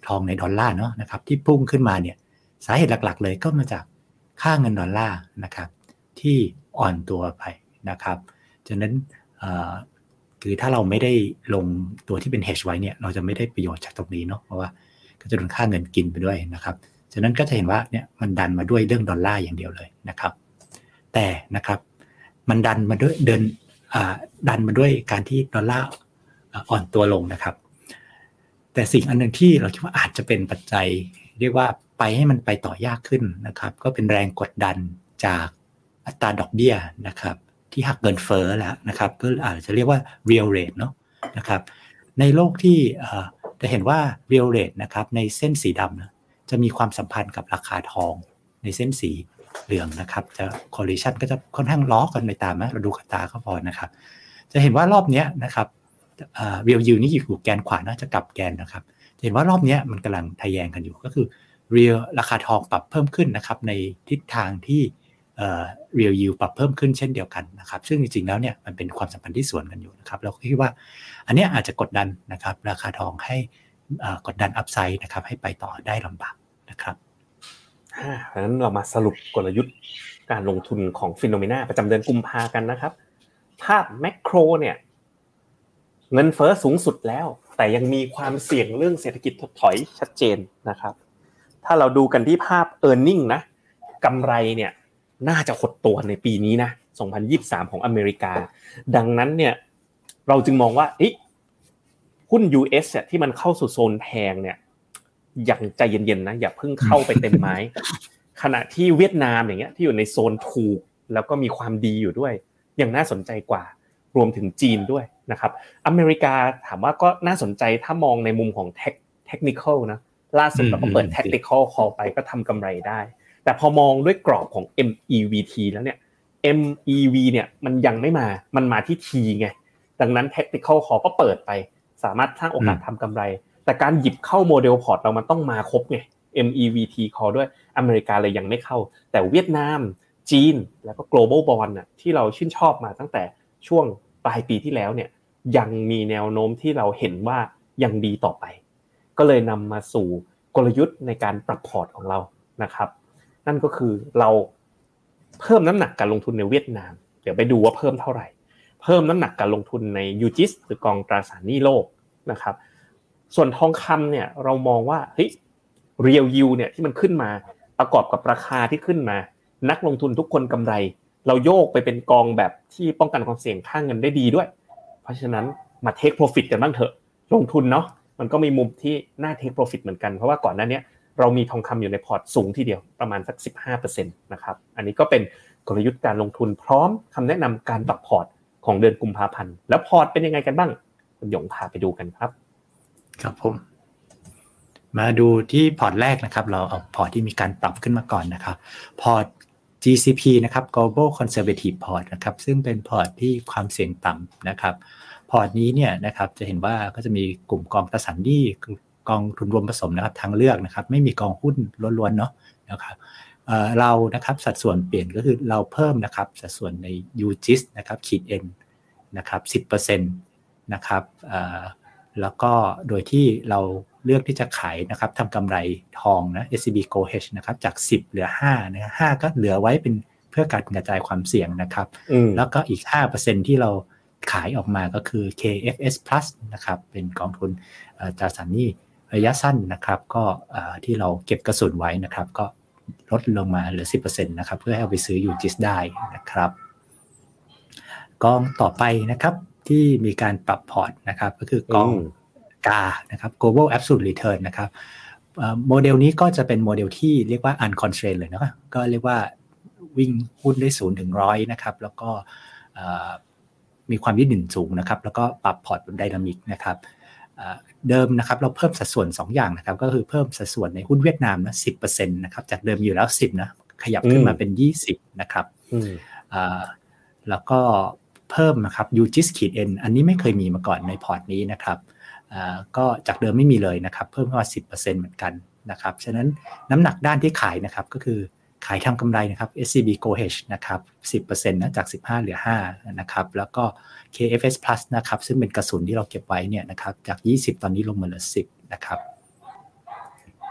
ทองในดอลลาร์เนาะนะครับที่พุ่งขึ้นมาเนี่ยสาเหตุหลักๆเลยก็มาจากค่าเงินดอลลาร์นะครับที่อ่อนตัวไปนะครับฉะนั้นคือถ้าเราไม่ได้ลงตัวที่เป็น hedge ไว้เนี่ยเราจะไม่ได้ประโยชน์จากตรงนี้เนาะเพราะว่าก็จะโดนค่าเงินกินไปด้วยนะครับฉะนั้นก็จะเห็นว่าเนี่ยมันดันมาด้วยเรื่องดอลลาร์อย่างเดียวเลยนะครับแต่นะครับมันดันมาด้วยเดินดันมาด้วยการที่ดอลลาร์อ่อนตัวลงนะครับแต่สิ่งอันนึงที่เราคิดว่าอาจจะเป็นปัจจัยเรียกว่าไปให้มันไปต่อยากขึ้นนะครับก็เป็นแรงกดดันจากอัตราดอกเบี้ยนะครับที่หักเงินเฟ้อแล้วนะครับก็อาจจะเรียกว่า real rate เนาะนะครับในโลกที่จะเห็นว่า real rate นะครับในเส้นสีดำนะจะมีความสัมพันธ์กับราคาทองในเส้นสีเหลืองนะครับจะ correlation ก็จะค่อนข้างล้อกันไปตามนะเราดูกับตาก็พอนะครับจะเห็นว่ารอบนี้นะครับreal yield นี่อยู่แกนขวาน่าจะกลับแกนนะครับเห็นว่ารอบนี้มันกำลังทะแยงกันอยู่ก็คือ real ราคาทองปรับเพิ่มขึ้นนะครับในทิศทางที่เอ่อ real yield ปรับเพิ่มขึ้นเช่นเดียวกันนะครับซึ่งจริงๆแล้วเนี่ยมันเป็นความสัมพันธ์ที่สวนกันอยู่นะครับเราคิดว่าอันนี้อาจจะกดดันนะครับราคาทองให้กดดันอัพไซด์นะครับให้ไปต่อได้ลำบากนะครับอ่าเพราะฉะนั้นเรามาสรุปกลยุทธ์การลงทุนของ Phenomena ประจำเดือนกุมภาพันธ์กันนะครับภาพแมคโครเนี่ยเงินเฟ้อสูงสุดแล้วแต่ยังมีความเสี่ยงเรื่องเศรษฐกิจถดถอยชัดเจนนะครับถ้าเราดูกันที่ภาพ earning นะกำไรเนี่ยน่าจะหดตัวในปีนี้นะสองพันยี่สิบสามของอเมริกาดังนั้นเนี่ยเราจึงมองว่าเอ๊ะหุ้น ยู เอส เนี่ยที่มันเข้าสู่โซนแพงเนี่ยยังใจเย็นๆนะอย่าเพิ่งเข้าไปเต็มไม้ขณะที่เวียดนามอย่างเงี้ยที่อยู่ในโซนถูกแล้วก็มีความดีอยู่ด้วยยังน่าสนใจกว่ารวมถึงจีนด้วยนะครับอเมริกาถามว่าก็น่าสนใจถ้ามองในมุมของเทคเทคนิคอลนะล่าสุดเราก็เปิด Tactical Call ไปก็ทำกำไรได้แต่พอมองด้วยกรอบของ เอ็ม อี วี ที แล้วเนี่ย เอ็ม อี วี เนี่ยมันยังไม่มามันมาที่ T ไงดังนั้น Tactical Call ก็เปิดไปสามารถสร้างโอกาสทำกำไรแต่การหยิบเข้าโมเดลพอร์ตเรามันต้องมาครบไง เอ็ม อี วี ที Call ด้วยอเมริกาเลยยังไม่เข้าแต่เวียดนามจีนแล้วก็ Global Bond น่ะที่เราชื่นชอบมาตั้งแต่ช่วงปลายปีที่แล้วเนี่ยยังมีแนวโน้มที่เราเห็นว่ายังดีต่อไปก็เลยนำมาสู่กลยุทธ์ในการปรับพอร์ตของเรานะครับนั่นก็คือเราเพิ่มน้ำหนักการลงทุนในเวียดนามเดี๋ยวไปดูว่าเพิ่มเท่าไหร่เพิ่มน้ำหนักการลงทุนใน ยู จี ไอ เอส หรือกองตราสารหนี้โลกนะครับส่วนทองคำเนี่ยเรามองว่าเฮ้ย real yield เนี่ยที่มันขึ้นมาประกอบกับราคาที่ขึ้นมานักลงทุนทุกคนกำไรเราโยกไปเป็นกองแบบที่ป้องกันความเสี่ยงค่าเงินได้ดีด้วยเพราะฉะนั้นมา take profit กันบ้างเถอะลงทุนเนาะมันก็มีมุมที่น่า take profit เหมือนกันเพราะว่าก่อนหน้านี้เรามีทองคำอยู่ในพอร์ตสูงทีเดียวประมาณสัก สิบห้าเปอร์เซ็นต์ นะครับอันนี้ก็เป็นกลยุทธ์การลงทุนพร้อมคำแนะนำการปรับพอร์ตของเดือนกุมภาพันธ์แล้วพอร์ตเป็นยังไงกันบ้างคุณหยงพาไปดูกันครับครับผมมาดูที่พอร์ตแรกนะครับเราเอาพอร์ตที่มีการปรับขึ้นมาก่อนนะครับพอร์ต จี ซี พี นะครับ Global Conservative Port นะครับซึ่งเป็นพอร์ตที่ความเสี่ยงต่ำนะครับพอร์ตนี้เนี่ยนะครับจะเห็นว่าก็จะมีกลุ่มกองตราสารหนี้กองทุนรวมผสมนะครับทางเลือกนะครับไม่มีกองหุ้นล้วนๆเนาะนะครับเอ่อเรานะครับสัดส่วนเปลี่ยนก็คือเราเพิ่มนะครับสัดส่วนใน ยู จี ไอ เอส นะครับขีด N นะครับ สิบเปอร์เซ็นต์ นะครับเอ่อแล้วก็โดยที่เราเลือกที่จะขายนะครับทำกำไรทองนะ เอส ซี บี Go Hedge นะครับจากสิบเหลือห้านะห้าก็เหลือไว้เป็นเพื่อการกระจายความเสี่ยงนะครับแล้วก็อีก ห้าเปอร์เซ็นต์ ที่เราขายออกมาก็คือ เค เอฟ เอส Plus นะครับเป็นกองทุนตราสารหนี้ระยะสั้นนะครับก็ที่เราเก็บกระสุนไว้นะครับก็ลดลงมาเหลือ สิบเปอร์เซ็นต์ นะครับเพื่อให้เอาไปซื้อ ยู จี ไอ เอส ได้นะครับกองต่อไปนะครับที่มีการปรับพอร์ตนะครับก็คือกองกานะครับ Global Absolute Return นะครับโมเดลนี้ก็จะเป็นโมเดลที่เรียกว่า unconstrained เลยนะก็เรียกว่าวิ่งหุ้นได้ศูนย์ถึงหนึ่งร้อยนะครับแล้วก็มีความยืดหยุ่นสูงนะครับแล้วก็ปรับพอร์ตแบบไดนามิกนะครับเดิมนะครับเราเพิ่มสัดส่วนสองอย่างนะครับก็คือเพิ่มสัดส่วนในหุ้นเวียดนามนะ สิบเปอร์เซ็นต์ นะครับจากเดิมอยู่แล้วสิบนะขยับขึ้นมาเป็นยี่สิบนะครับแล้วก็เพิ่มนะครับ ยู จี ไอ เอส ขีด N อันนี้ไม่เคยมีมาก่อนในพอร์ตนี้นะครับก็จากเดิมไม่มีเลยนะครับเพิ่มขึ้นมา สิบเปอร์เซ็นต์ เหมือนกันนะครับฉะนั้นน้ำหนักด้านที่ขายนะครับก็คือขายทำกำไรนะครับ เอส ซี บี Go Hedge นะครับ สิบเปอร์เซ็นต์ นะจากสิบห้าเหลือห้านะครับแล้วก็ เค เอฟ เอส Plus นะครับซึ่งเป็นกระสุนที่เราเก็บไว้เนี่ยนะครับจากยี่สิบตอนนี้ลงมาเหลือสิบนะครับ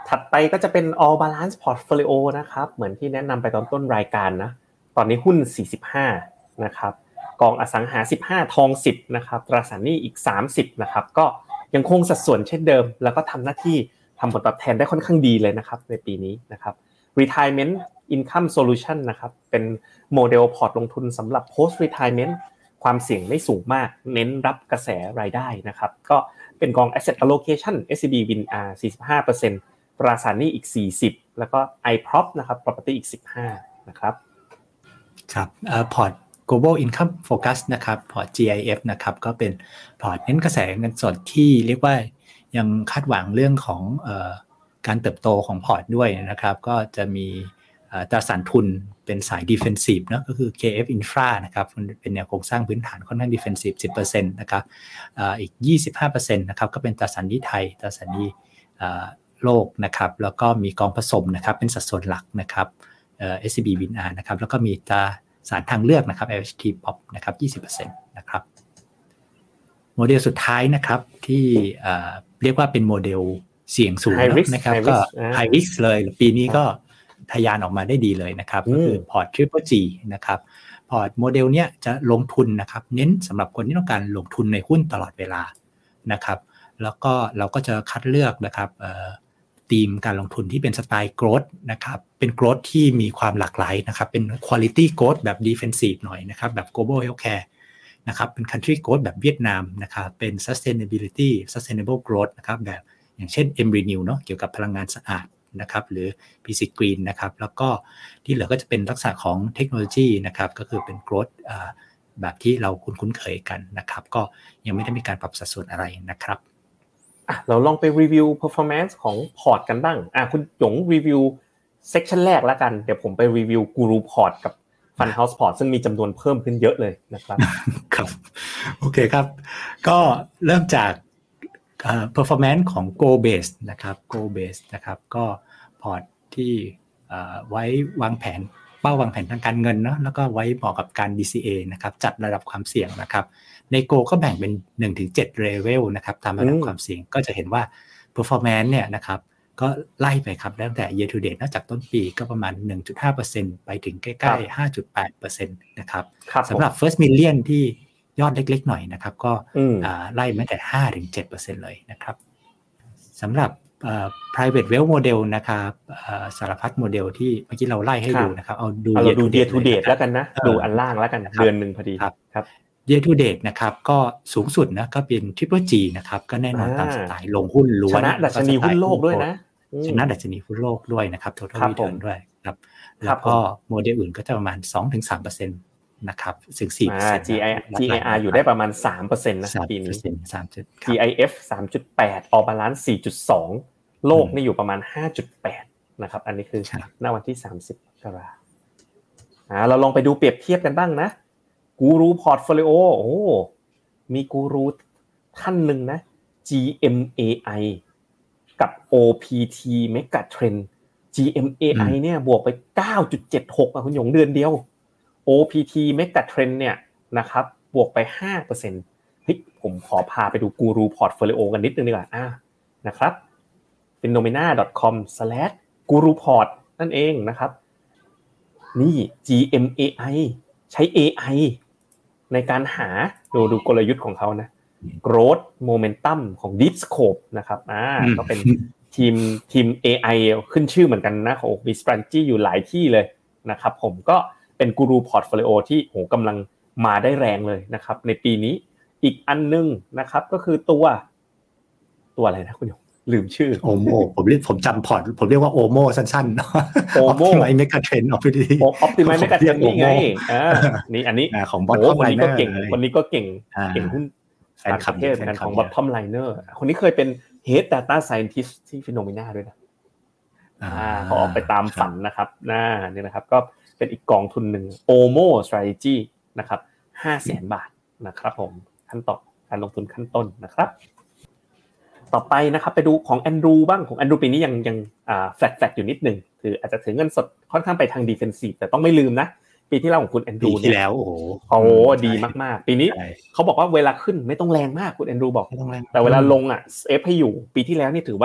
ถัดไปก็จะเป็น All Balance Portfolio นะครับเหมือนที่แนะนำไปตอนต้นรายการนะตอนนี้หุ้นสี่สิบห้านะครับกองอสังหาสิบห้าทองสิบนะครับตราสารหนี้อีกสามสิบนะครับก็ยังคงสัดส่วนเช่นเดิมแล้วก็ทำหน้าที่ทำผลตอบแทนได้ค่อนข้างดีเลยนะครับในปีนี้นะครับ Retirement Income Solution นะครับเป็นโมเดลพอร์ตลงทุนสำหรับ Post Retirement ความเสี่ยงไม่สูงมากเน้นรับกระแสรายได้นะครับก็เป็นกอง Asset Allocation เอส ซี บี วิน อาร์ สี่สิบห้าเปอร์เซ็นต์ ตราสารหนี้อีกสี่สิบแล้วก็ ไอ พี โอ พี นะครับ Property อีกสิบห้านะครับครับเอ่อพอร์ต Global Income Focus นะครับพอร์ต จี ไอ เอฟ นะครับก็เป็นพอร์ตเน้นกระแสเงินสดที่เรียกว่ายังคาดหวังเรื่องของเอ่อการเติบโตของพอร์ตด้วยนะครับก็จะมีตราสารทุนเป็นสาย defensive เนาะก็คือ เค เอฟ Infra นะครับเป็นแนวโครงสร้างพื้นฐานค่อนข้าง defensive สิบเปอร์เซ็นต์ นะครับอ่าอีก ยี่สิบห้าเปอร์เซ็นต์ นะครับก็เป็นตราสารหนี้ไทยตราสารหนี้อ่าโลกนะครับแล้วก็มีกองผสมนะครับเป็นสัดส่วนหลักนะครับเอ่อ เอส ซี บี วิน อาร์ นะครับแล้วก็มีตราสารทางเลือกนะครับ แอล เอช ที พี โอ พี นะครับ ยี่สิบเปอร์เซ็นต์ นะครับโมเดลสุดท้ายนะครับที่เอ่อเรียกว่าเป็นโมเดลเสี่ยงสูงนะครับก็ high risk เลยปีนี้ก็ทะยานออกมาได้ดีเลยนะครับก็คือพอร์ต Triple G นะครับพอร์ตโมเดลเนี้ยจะลงทุนนะครับเน้นสำหรับคนที่ต้องการลงทุนในหุ้นตลอดเวลานะครับแล้วก็เราก็จะคัดเลือกนะครับเอ่อธีมการลงทุนที่เป็นสไตล์ growth นะครับเป็น growth ที่มีความหลากหลายนะครับเป็น quality growth แบบ defensive หน่อยนะครับแบบ global healthcare นะครับเป็น country growth แบบเวียดนามนะครับเป็น sustainability sustainable growth นะครับแบบอย่างเช่น M-Renew เนาะเกี่ยวกับพลังงานสะอาดนะครับหรือ พี ซี Green นะครับแล้วก็ที่เหลือก็จะเป็นลักษณะของเทคโนโลยีนะครับก็คือเป็น growth อ่าแบบที่เราคุ้นเคยกันนะครับก็ยังไม่ได้มีการปรับสัดส่วนอะไรนะครับอ่ะเราลองไปรีวิว performance ของพอร์ตกันบ้างอ่ะคุณหยงรีวิวเซกชันแรกแล้วกันเดี๋ยวผมไปรีวิวกูรูพอร์ตกับ Fund House Port ซึ่งมีจำนวนเพิ่มขึ้นเยอะเลยนะครับครับโอเคครับก็เริ่มจากเอ่อ performance ของ Gold Base นะครับ Gold Base นะครับก็พอร์ตที่เอ่อไว้วางแผนเป้าวางแผนทางการเงินเนาะแล้วก็ไว้เหมาะกับการ ดี ซี เอ นะครับจัดระดับความเสี่ยงนะครับใน Gold ก็แบ่งเป็น หนึ่งถึงเจ็ด level นะครับตามระดับความเสี่ยงก็จะเห็นว่า performance เนี่ยนะครับก็ไล่ไปครับตั้งแต่ year to date นอกจากต้นปีก็ประมาณ หนึ่งจุดห้าเปอร์เซ็นต์ ไปถึงใกล้ๆ ห้าจุดแปดเปอร์เซ็นต์ นะครับสำหรับ first million ที่ยอดเล็กๆหน่อยนะครับก็ไล่มาแต่ ห้าถึงเจ็ดเปอร์เซ็นต์ เลยนะครับสำหรับ private wealth model นะครับสารพัดโมเดลที่เมื่อกี้เราไล่ให้ดูนะครับเอาดู year to date แล้วกันนะดูอันล่างแล้วกันเดือนนึงพอดีครับ year to date นะครับก็สูงสุดนะก็เป็น Triple G นะครับก็แน่นอนตามสไตล์ลงหุ้นล้วนชนะดัชนีหุ้นโลกด้วยนะชนะดัชนีหุ้นโลกด้วยนะครับ total return ด้วยครับแล้วก็โมเดลอื่นก็จะประมาณ สองถึงสามเปอร์เซ็นต์ นะครับถึง สี่เปอร์เซ็นต์จี ไอ อาร์ อยู่ได้ประมาณ สามเปอร์เซ็นต์ นะปีนี้สามจุดจี ไอ เอฟ สามจุดแปด All Balance สี่จุดสอง โลกนี่อยู่ประมาณ ห้าจุดแปด นะครับอันนี้คือณวันที่สามสิบมกราคมอ่าเราลองไปดูเปรียบเทียบกันบ้างนะกูรูพอร์ตโฟลิโอโอ้มีกูรูท่านนึงนะ จี เอ็ม เอ ไอ กับ โอ พี ที Megatrend จี เอ็ม เอ ไอ เนี่ยบวกไป เก้าจุดเจ็ดหก อ่ะคุณหยงเดือนเดียว โอ พี ที Megatrend เนี่ยนะครับบวกไป ห้าเปอร์เซ็นต์ เฮ้ยผมขอพาไปดูกูรูพอร์ตโฟลิโอกันนิดนึงดีกว่าอ่ะนะครับ phenomena ดอท คอม สแลช กูรูพอร์ต นั่นเองนะครับนี่ จี เอ็ม เอ ไอ ใช้ เอ ไอ ในการหาดูดูกลยุทธ์ของเขานะ growth momentum ของ Deep Scope นะครับอ่าก็เป็นทีมทีม เอ ไอ ขึ้นชื่อเหมือนกันนะโอ้มี strategy อยู่หลายที่เลยนะครับผมก็เป็นกูรูพอร์ตโฟลิโอที่โหกำลังมาได้แรงเลยนะครับในปีนี้อีกอันนึงนะครับก็คือตัวตัวอะไรนะคุณหยงลืมชื่อโอโมผมเรียกผมจำพอร์ตผมเรียกว่าโอโมสั้นๆโอโม Optimize Megatrend Opportunity Optimize Megatrend นี่ไงอ่านี่อันนี้ของ Bottom Liner ก็เก่งคนนี้ก็เก่งเก่งหุ้นต่างประเทศเหมือนกันของ Bottom Liner คนนี้เคยเป็น Head Data Scientist ที่ Phenomena ด้วยนะอ่าเขาออกไปตามฝันนะครับน่านี่นะครับก็เป็นอีกกองทุนนึง โอ เอ็ม โอ Strategy นะครับ ห้าแสน บาทนะครับผมขั้นตอนการลงทุนขั้นต้นนะครับต่อไปนะครับไปดูของ Andrew บ้างของ Andrew ปีนี้ยังยังอ่าแฟลตๆอยู่นิดนึงคืออาจจะถือเงินสดค่อนข้างไปทาง defensive แต่ต้องไม่ลืมนะปีที่แล้วของคุณ Andrew เนี่ยปีที่แล้วโอ้โหโอ้ดีมากๆปีนี้เขาบอกว่าเวลาขึ้นไม่ต้องแรงมากคุณ Andrew บอกแต่เวลาลงอ่ะเซฟให้อยู่ปีที่แล้วนี่ถือว่า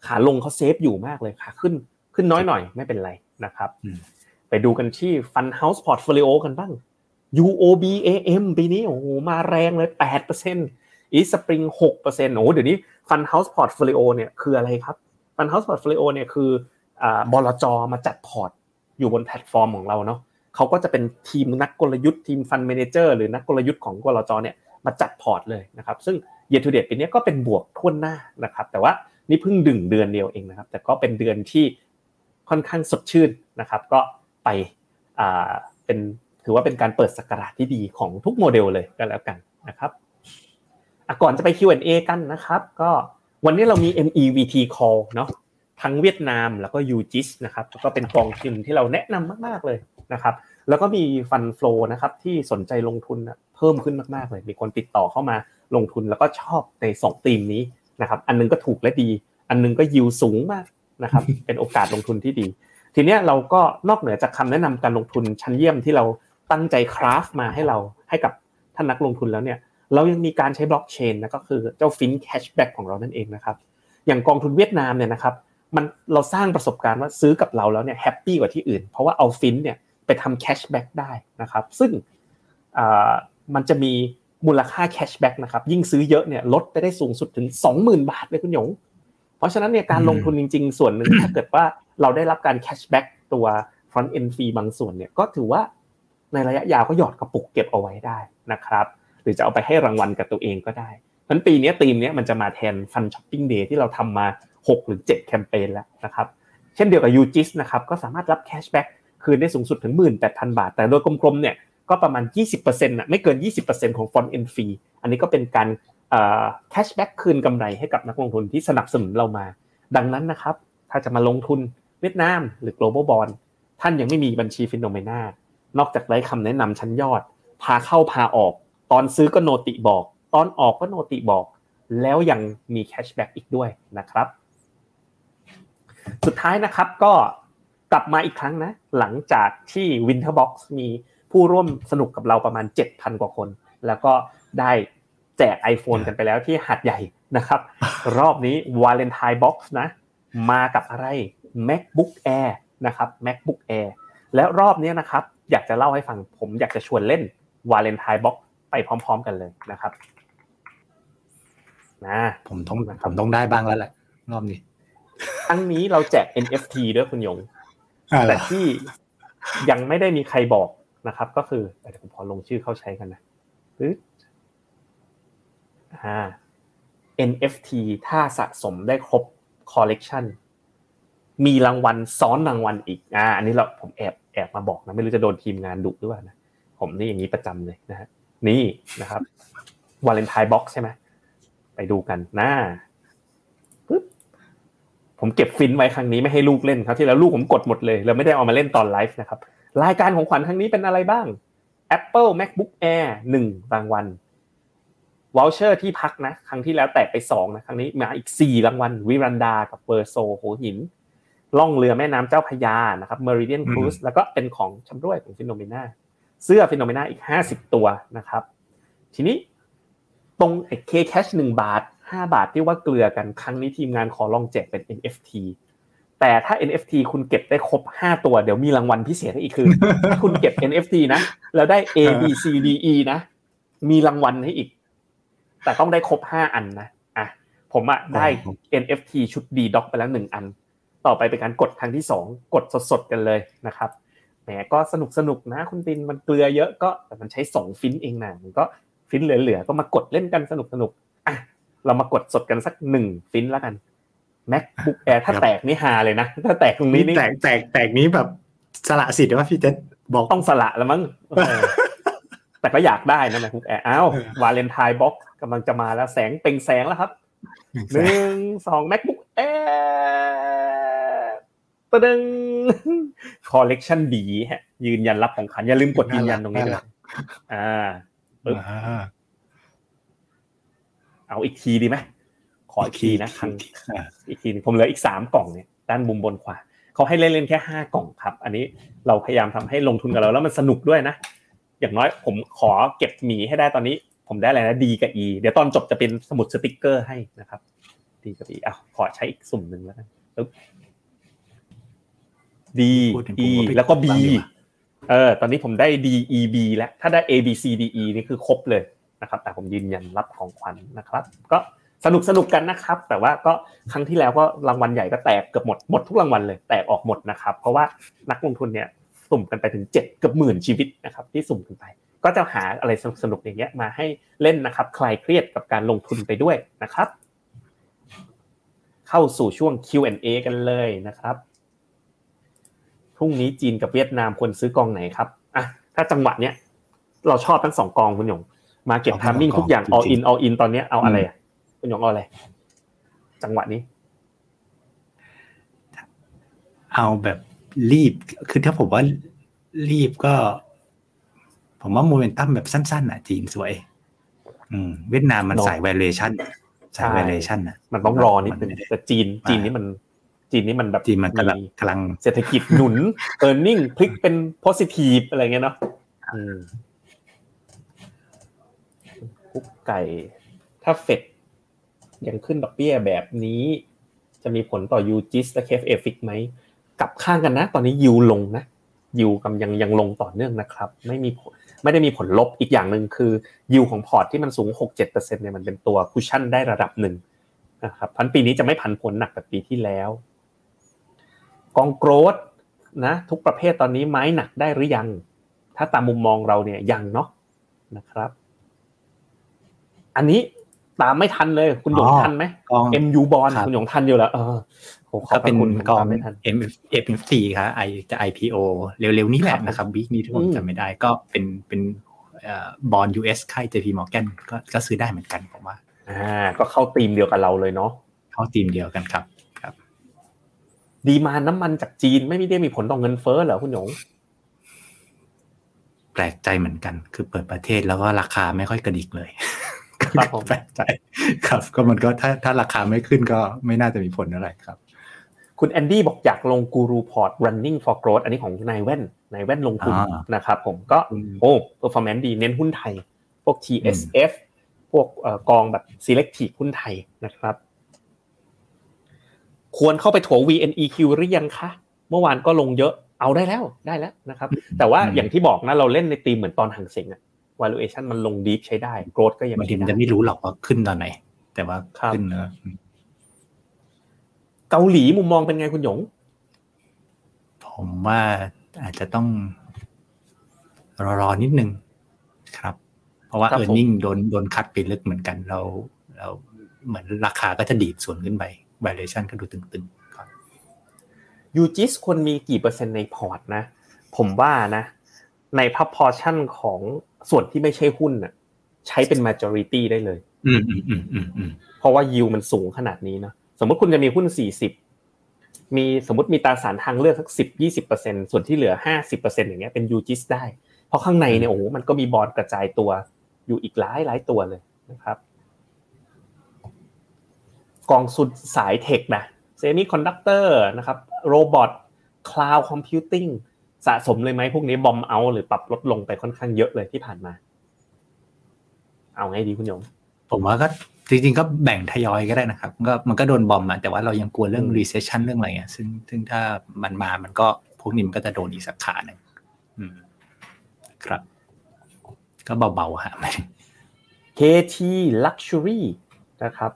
ขาลงเขาเซฟอยู่มากเลยขาขึ้นขึ้นน้อยหน่อยไม่เป็นไรนะครับไปดูกันที่ Fund House Portfolio กันบ้าง ยู โอ บี เอ เอ็ม ปีนี้โอ้โหมาแรงเลย แปดเปอร์เซ็นต์ East Spring หกเปอร์เซ็นต์ โอ้โหเดี๋ยวนี้ Fund House Portfolio เนี่ยคืออะไรครับ Fund House Portfolio เนี่ยคืออ่าบลจ.มาจัดพอร์ตอยู่บนแพลตฟอร์มของเราเนาะเขาก็จะเป็นทีมนักกลยุทธ์ทีม Fund Manager หรือนักกลยุทธ์ของบลจ.เนี่ยมาจัดพอร์ตเลยนะครับซึ่ง Year to date ปีนี้ก็เป็นบวกทั่วหน้านะครับแต่ว่านี่เพิ่งดึงเดือนเดียวเองนะครับแต่ก็เป็นเดือนที่ค่อนข้างสดชื่นนะครับก็ไปอ่าเป็นถือว่าเป็นการเปิดศักราชที่ดีของทุกโมเดลเลยก็แล้วกันนะครับอ่ะก่อนจะไป คิว แอนด์ เอ กันนะครับก็วันนี้เรามี เอ็ม อี วี ที Call เนาะทั้งเวียดนามแล้วก็ ยู จี ไอ เอส นะครับก็เป็นกองทุนที่เราแนะนำมากๆเลยนะครับแล้วก็มี Fund Flow นะครับที่สนใจลงทุนเพิ่มขึ้นมากๆเลยมีคนติดต่อเข้ามาลงทุนแล้วก็ชอบในสองธีมนี้นะครับอันนึงก็ถูกและดีอันนึงก็ยิวสูงมากนะครับเป็นโอกาสลงทุนที่ดีทีเนี้ยเราก็นอกเหนือจากคำแนะนำการลงทุนชั้นเยี่ยมที่เราตั้งใจคราฟมาให้เราให้กับท่านนักลงทุนแล้วเนี่ยเรายังมีการใช้บล็อกเชนนะก็คือเจ้าฟินแคชแบ็กของเรานั่นเองนะครับอย่างกองทุนเวียดนามเนี่ยนะครับมันเราสร้างประสบการณ์ว่าซื้อกับเราแล้วเนี่ยแฮปปี้กว่าที่อื่นเพราะว่าเอาฟินเนี่ยไปทำแคชแบ็กได้นะครับซึ่งอ่ามันจะมีมูลค่าแคชแบ็กนะครับยิ่งซื้อเยอะเนี่ยลดไปได้สูงสุดถึง สองหมื่น บาทเลยคุณหยงเพราะฉะนั้นเนี่ยการลงทุนจริงๆส่วนหนึ่งถ้าเกิดว่าเราได้รับการแคชแบ็กตัว front end fee บางส่วนเนี่ยก็ถือว่าในระยะยาวก็หยอดกระปุกเก็บเอาไว้ได้นะครับหรือจะเอาไปให้รางวัลกับตัวเองก็ได้เพราะฉะนั้นปีนี้ธีมนี้มันจะมาแทน Fund Shopping Day ที่เราทำมาหกหรือเจ็ดแคมเปญแล้วนะครับเช่นเดียวกับ ยู จี ไอ เอส นะครับก็สามารถรับแคชแบ็กคืนได้สูงสุดถึง หนึ่งหมื่นแปดพัน บาทแต่โดยกลมๆเนี่ยก็ประมาณ ยี่สิบเปอร์เซ็นต์ น่ะไม่เกิน ยี่สิบเปอร์เซ็นต์ ของ front end fee อันนี้ก็เป็นการเอ่อแคชแบ็กคืนกำไรให้กับนักลงทุนที่สนับสนุนเรามาดังนั้นนะครับถ้าจะมาลงทุนเวียดนามหรือ Global Bond ท่านยังไม่มีบัญชี Phenomena นอกจากได้คำแนะนำชั้นยอดพาเข้าพาออกตอนซื้อก็โนติบอกตอนออกก็โนติบอกแล้วยังมีแคชแบ็กอีกด้วยนะครับสุดท้ายนะครับก็กลับมาอีกครั้งนะหลังจากที่ Winterbox มีผู้ร่วมสนุกกับเราประมาณ เจ็ดพัน กว่าคนแล้วก็ได้แจก iPhone กันไปแล้วที่หาดใหญ่นะครับรอบนี้ Valentine Box นะมากับอะไร MacBook Air นะครับ MacBook Air แล้วรอบนี้นะครับอยากจะเล่าให้ฟังผมอยากจะชวนเล่น Valentine Box ไปพร้อมๆกันเลยนะครับนะผมต้องผมต้องได้บ้างแล้วแหละรอบนี้ครั้งนี้เราแจก เอ็น เอฟ ที ด้วยคุณหยงแต่ที่ยังไม่ได้มีใครบอกนะครับก็คือเดี๋ยวผมขอลงชื่อเข้าใช้กันนะปึ๊บอ่า เอ็น เอฟ ที ถ้าสะสมได้ครบคอลเลกชันมีรางวัลซ้อนรางวัลอีกอ่าอันนี้เราผมแอบแอบมาบอกนะไม่รู้จะโดนทีมงานดุหรือเปล่านะผมนี่อย่างนี้ประจำเลยนะฮะนี่นะครับ Valentine Box ใช่ไหมไปดูกันนะปึ๊บผมเก็บฟินไว้ครั้งนี้ไม่ให้ลูกเล่นครับที่แล้วลูกผมกดหมดเลยแล้วไม่ได้เอามาเล่นตอนไลฟ์นะครับรายการของขวัญครั้งนี้เป็นอะไรบ้าง Apple MacBook Air หนึ่งรางวัลวอลเชอร์ที่พักนะครั้งที่แล้วแตกไปสองนะครั้งนี้มาอีกสี่รางวัลวิรันดากับเวอร์โซหัวหินล่องเรือแม่น้ำเจ้าพระยานะครับ Meridian Cruise แล้วก็เป็นของชำร่วยของ Phenomena เสื้อ Phenomena อีกห้าสิบตัวนะครับทีนี้ตรงไอ้ K-Cash หนึ่งบาทห้าบาทที่ว่าเกลือกันครั้งนี้ทีมงานขอลองแจกเป็น เอ็น เอฟ ที แต่ถ้า เอ็น เอฟ ที คุณเก็บได้ครบห้าตัวเดี๋ยวมีรางวัลพิเศษให้อีกคือถ้าคุณเก็บ เอ็น เอฟ ที นะแล้วได้ A B C D E นะมีรางวัลให้อีกแต่ต้องได้ครบห้าอันนะอ่ะผมอ่ะได้ เอ็น เอฟ ที ชุด D-Doc ไปแล้วหนึ่งอันต่อไปเป็นการกดครั้งที่สองกดสดๆกันเลยนะครับแหมก็สนุกๆนะคุณตินมันเกลือเยอะก็แต่มันใช้สองฟินเองนะมันก็ฟินเหลือๆก็มากดเล่นกันสนุกๆอ่ะเรามากดสดกันสักหนึ่งฟินแล้วกัน MacBook Air ถ้าแตกนี่ฮาเลยนะถ้าแตกตรงนี้นี่แตกแตกแตกนี้แบบสละสิทธิ์ว่าพี่เจษบอกต้องสละแล้วมั้งแต่ก็อยากได้นะ MacBook Air อ้าว Valentine Box กำลังจะมาแล้วแสงเปล่งแสงแล้วครับหนึ่ง สอง MacBook Air ตะดึง Collection D ฮะยืนยันรับของขวัญอย่าลืมกดยืนยันตรงนี้ด้วยอ่าปึ๊บเอาอีกทีดีมั้ยขออีกทีนะครั้งอีกทีผมเหลืออีกสามกล่องเนี่ยด้านมุมบนขวาเขาให้เล่นๆแค่ห้ากล่องครับอันนี้เราพยายามทำให้ลงทุนกับเราแล้วมันสนุกด้วยนะอย่างน้อยผมขอเก็บหมีให้ได้ตอนนี้ผมได้อะไรนะ D กับ E เดี๋ยวตอนจบจะเป็นสมุดสติ๊กเกอร์ให้นะครับ D กับ E อ่ะขอใช้อีกสุ่มนึงแล้วกันปึ๊บ D E แล้วก็ B เออตอนนี้ผมได้ D E B แล้วถ้าได้ A B C D E นี่คือครบเลยนะครับแต่ผมยืนยันรับของขวัญนะครับก็สนุกสนุกกันนะครับแต่ว่าก็ครั้งที่แล้วก็รางวัลใหญ่ก็แตกเกือบหมดหมดทุกรางวัลเลยแตกออกหมดนะครับเพราะว่านักลงทุนเนี่ยสุ่มกันไปถึงเจ็ดเกือบหมื่นชีวิตนะครับที่สุ่มกันไปก็จะหาอะไรสนุกๆอย่างเงี้ยมาให้เล่นนะครับคลายเครียดกับการลงทุนไปด้วยนะครับเข้าสู่ช่วง คิว แอนด์ เอ กันเลยนะครับพรุ่งนี้จีนกับเวียดนามควรซื้อกองไหนครับอ่ะถ้าจังหวะเนี้ยเราชอบทั้งสองกองคุณหยงมาเก็บ timing ทุกอย่าง all in all in ตอนนี้เอาอะไรอ่ะคุณหยงเอาอะไรจังหวะนี้เอาแบบรีบคือถ้าผมว่ารีบก็ผมว่าโมเมนตัมแบบสั้นๆน่ะจีนสวยอืมเวียดนามมันสาย valuation สาย valuation น่ะมันต้องรอนิดนึงแต่จีนจีนนี่มันจีนนี่มันแบบจีนมันกำลังกำลังเศรษฐกิจหนุน earning พลิกเป็น positive อะไรเงี้ยเนาะอืมกุ๊กไก่ถ้าเฟดยังขึ้นดอกเบี้ยแบบนี้จะมีผลต่อ ยู จี ไอ เอส และ เค เอฟ เอ Fix มั้ยกลับข้างกันนะตอนนี้ยิวลงนะยิวกำยังยังลงต่อเนื่องนะครับไม่มีไม่ได้มีผลลบอีกอย่างนึงคือยิวของพอร์ตที่มันสูง หกถึงเจ็ดเปอร์เซ็นต์ เนี่ยมันเป็นตัวคุชชั่นได้ระดับนึงนะครับพันปีนี้จะไม่ผันผวนหนักแบบปีที่แล้วกองโกรทนะทุกประเภทตอนนี้ไม้หนักได้หรือยังถ้าตามมุมมองเราเนี่ยยังเนาะนะครับอันนี้ตามไม่ทันเลยคุณหยงทันไหมกอง เอ็ม ยู Bond คุณหยงทันอยู่แล้วเออก็เป็นกอง เอ็ม เอฟ ซี ครับไอจะ ไอ พี โอ เร็วๆนี้แหละนะครับวีคนี้ถ้าผมจำไม่ได้ก็เป็นเป็นเอ่อบอนด์ ยู เอส ค่าย เจ พี Morgan ก็ก็ซื้อได้เหมือนกันผมว่าอ่าก็เข้าธีมเดียวกับเราเลยเนาะเข้าธีมเดียวกันครับครับดีมานด์น้ำมันจากจีนไม่ได้มีผลต่อเงินเฟ้อเหรอคุณหยงแปลกใจเหมือนกันคือเปิดประเทศแล้วก็ราคาไม่ค่อยกระดิกเลยครับผมแปลกใจครับก็มันก็ถ้าถ้าราคาไม่ขึ้นก็ไม่น่าจะมีผลอะไรครับคุณแอนดี้บอกอยากลงกูรูพอร์ต running for growth อันนี้ของนายแว่นนายแว่นลงทุนนะครับผมก็โอ้ performance ดีเน้นหุ้นไทยพวก ที เอส เอฟ พวกเอ่อกองแบบ selective หุ้นไทยนะครับควรเข้าไปถัว วี เอ็น อี คิว หรือยังคะเมื่อวานก็ลงเยอะเอาได้แล้วได้แล้วนะครับแต่ว่าอย่างที่บอกนะเราเล่นในธีมเหมือนตอนหางเส็งอะ valuation มันลง deep ใช้ได้ growth ก็ยังบางทีมันจะไม่รู้หรอกว่าขึ้นตอนไหนแต่ว่าขึ้นเนอะเกาหลีมุมมองเป็นไงคุณหยงผมว่าอาจจะต้องรอๆนิดนึงครับเพราะว่า earning โดนโดนคัดไปลึกเหมือนกันเราเราเหมือนราคาก็จะดีดส่วนขึ้นไป valuation ก็ดูตึงๆครับยู จี ไอ เอส ควรมีกี่เปอร์เซ็นต์ในพอร์ตนะผมว่านะใน proportion ของส่วนที่ไม่ใช่หุ้นน่ะใช้เป็น majority ได้เลยอืมๆๆๆเพราะว่า yield มันสูงขนาดนี้เนาะสมมุติคุณจะมีหุ้นสี่สิบมีสมมุติมีตราสารทางเลือกสัก สิบถึงยี่สิบเปอร์เซ็นต์ ส่วนที่เหลือ ห้าสิบเปอร์เซ็นต์ อย่างเงี้ยเป็น ยู จี ไอ เอส ได้เพราะข้างในเนี่ยโอ้โหมันก็มีบอนด์กระจายตัวอยู่อีกหลายหลายตัวเลยนะครับกองสุดสายเทคนะเซมิคอนดักเตอร์นะครับโรบอทคลาวด์คอมพิวติ้งสะสมเลยไหมพวกนี้บอมเอาหรือปรับลดลงไปค่อนข้างเยอะเลยที่ผ่านมาเอาไงดีคุณหยงผมว่าก็จริงๆก็แบ่งทยอยก็ได้นะครับก็มันก็โดนบอมอ่ะแต่ว่าเรายังกลัวเรื่อง recession เรื่องอะไรเงี้ยซึ่งซึ่งถ้ามันมามันก็พวกนี้มันก็จะโดนอีกสักขานึงอืมครับก็เบาๆฮะเค ที Luxury นะครับ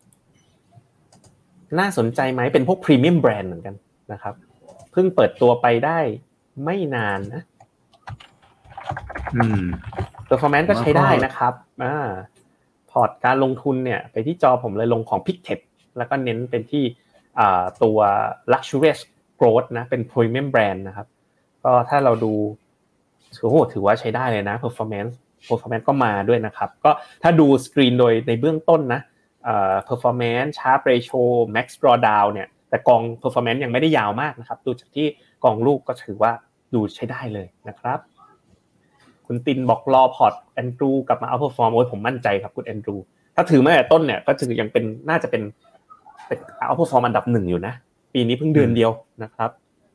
น่าสนใจไหมเป็นพวก premium brand เหมือนกันนะครับเพิ่งเปิดตัวไปได้ไม่นานนะอืม performance ก็ใช้ได้นะครับอ่าพอร์ตการลงทุนเนี่ยไปที่จอผมเลยลงของ Pictet แล้วก็เน้นเป็นที่อ่าตัว luxurious growth นะเป็น premium brand นะครับก็ถ้าเราดูโอ้โหถือว่าใช้ได้เลยนะ performance performance ก็มาด้วยนะครับก็ถ้าดูสกรีนโดยในเบื้องต้นนะเอ่อ performance sharp ratio max drawdown เนี่ยแต่กอง performance ยังไม่ได้ยาวมากนะครับดูจากที่กองลูกก็ถือว่าดูใช้ได้เลยนะครับคุณตินบอกรอพอร์ตแอนดรูกลับมาเอาท์เพอร์ฟอร์มโอ้ยผมมั่นใจครับคุณแอนดรูถ้าถือมาแต่ต้นเนี่ยก็ถือยังเป็นน่าจะเป็นเป็นเอาท์เพอร์ฟอร์มอันดับหนึ่งอยู่นะปีนี้เพิ่งเดือนเดียวนะครับ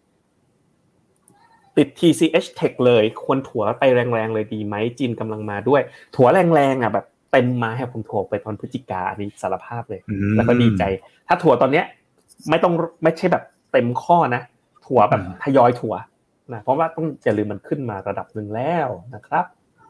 ติด ที ซี เอช Tech เลยควรถัวไปแรงๆเลยดีไหมจีนกำลังมาด้วยถัวแรงๆอ่ะแบบเต็มไม้ให้ผมถั่วไปตอนพฤศจิกาอันนี้สารภาพเลยแล้วก็ดีใจถ้าถั่วตอนเนี้ยไม่ต้องไม่ใช่แบบเต็มข้อนะถั่วแบบทยอยถั่วนะเพราะว่าต้องอย่าลืมมันขึ้นมาระดับนึงแล้วนะครับ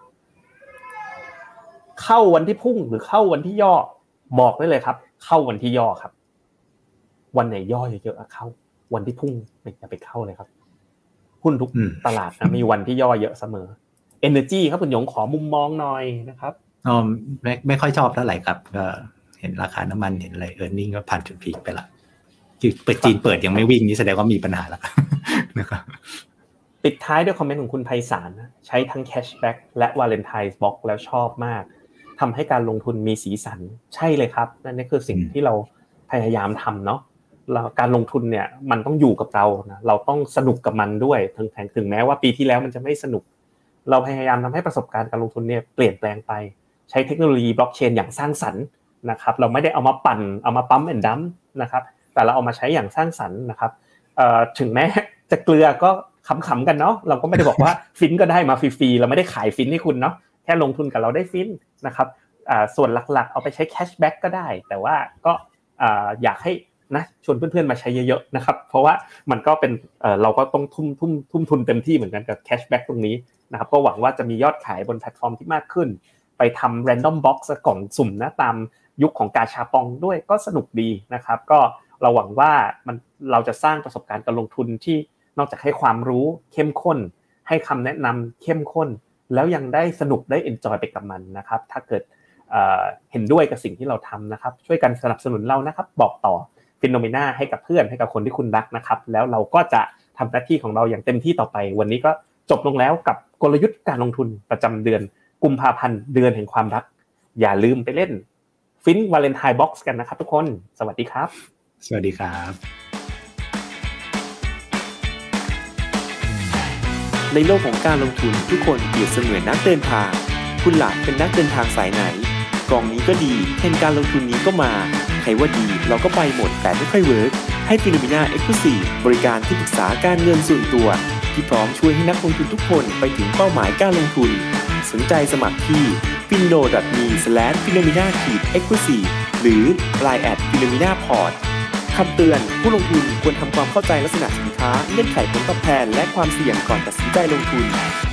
เข้าวันที่พุ่งหรือเข้าวันที่ย่อบอกได้เลยครับเข้าวันที่ย่อครับวันไหนย่อเยอะๆเข้าวันที่พุ่งไม่อย่าไปเข้าเลยครับหุ้นทุกตลาดนะมีวันที่ย่อเยอะเสมอ Energy ครับคุณหยงขอมุมมองหน่อยนะครับอ๋อไม่ไม่ค่อยชอบเท่าไหร่ครับก็เห็นราคาน้ำมันเห็นอะไร earning ก็ผ่านจุดพีคไปละคือเปิดจีนเปิดยังไม่วิ่งนี่แสดงว่ามีปัญหาแล้วนะครับปิดท้ายด้วยคอมเมนต์ของคุณไพศาลนะใช้ทั้ง cashback และ Valentine's Box แล้วชอบมากทำให้การลงทุนมีสีสันใช่เลยครับนั่นนี่คือสิ่งที่เราพยายามทำเนาะแล้วการลงทุนเนี่ยมันต้องอยู่กับเรานะเราต้องสนุกกับมันด้วยถึงแม้ถึงแม้ว่าปีที่แล้วมันจะไม่สนุกเราพยายามทำให้ประสบการณ์การลงทุนเนี่ยเปลี่ยนแปลงไปใช้เทคโนโลยีบล็อกเชนอย่างสร้างสรรค์นะครับเราไม่ได้เอามาปั่นเอามาปั๊มแอนด์ดัมนะครับแต่เราเอามาใช้อย่างสร้างสรรค์นะครับเอ่อถึงแม้จะเกลือก็ขำๆกันเนาะเราก็ไม่ได้บอกว่าฟินก็ได้มาฟรีๆเราไม่ได้ขายฟินให้คุณเนาะแค่ลงทุนกับเราได้ฟินนะครับอ่าส่วนหลักๆเอาไปใช้แคชแบ็กก็ได้แต่ว่าก็อ่าอยากให้นะชวนเพื่อนๆมาใช้เยอะๆนะครับเพราะว่ามันก็เป็นเอ่อเราก็ต้องทุ่มทุ่มทุ่มทุนเต็มที่เหมือนกันกับแคชแบ็กตรงนี้นะครับก็หวังว่าจะมียอดขายบนแพลตฟอร์มที่มากขึ้นไปทำ random box กล่องสุ่มนะตามยุคของกาชาปองด้วยก็สนุกดีนะครับก็เราหวังว่ามันเราจะสร้างประสบการณ์การลงทุนที่นอกจากให้ความรู้เข้มข้นให้คำแนะนำเข้มข้นแล้วยังได้สนุกได้ enjoy ไปกับมันนะครับถ้าเกิดเอ่อเห็นด้วยกับสิ่งที่เราทำนะครับช่วยกันสนับสนุนเรานะครับบอกต่อ Phenomena ให้กับเพื่อนให้กับคนที่คุณรักนะครับแล้วเราก็จะทำหน้าที่ของเราอย่างเต็มที่ต่อไปวันนี้ก็จบลงแล้วกับกลยุทธ์การลงทุนประจำเดือนกุมภาพันธ์เดือนแห่งความรักอย่าลืมไปเล่นฟินวาเลนไทน์บ็อกซ์กันนะครับทุกคนสวัสดีครับสวัสดีครับในโลกของการลงทุนทุกคนเปรียบเสมือนนักเดินทางคุณหลักเป็นนักเดินทางสายไหนกองนี้ก็ดีเทรนด์การลงทุนนี้ก็มาใครว่าดีเราก็ไปหมดแต่ไม่ค่อยเวิร์กให้ Phenomena Exclusive บริการที่ปรึกษาการเงินส่วนตัวที่พร้อมช่วยให้นักลงทุนทุกคนไปถึงเป้าหมายการลงทุนสนใจสมัครที่ ฟินโน ดอท มี สแลช ฟีโนมีนา เอ็กซ์คลูซีฟ หรือ ไลน์ แอท ฟีโนมีนาพอร์ต คำเตือนผู้ลงทุนควรทำความเข้าใจลักษณะสินค้าเงื่อนไขผลตอบแทนและความเสี่ยงก่อนตัดสินใจลงทุน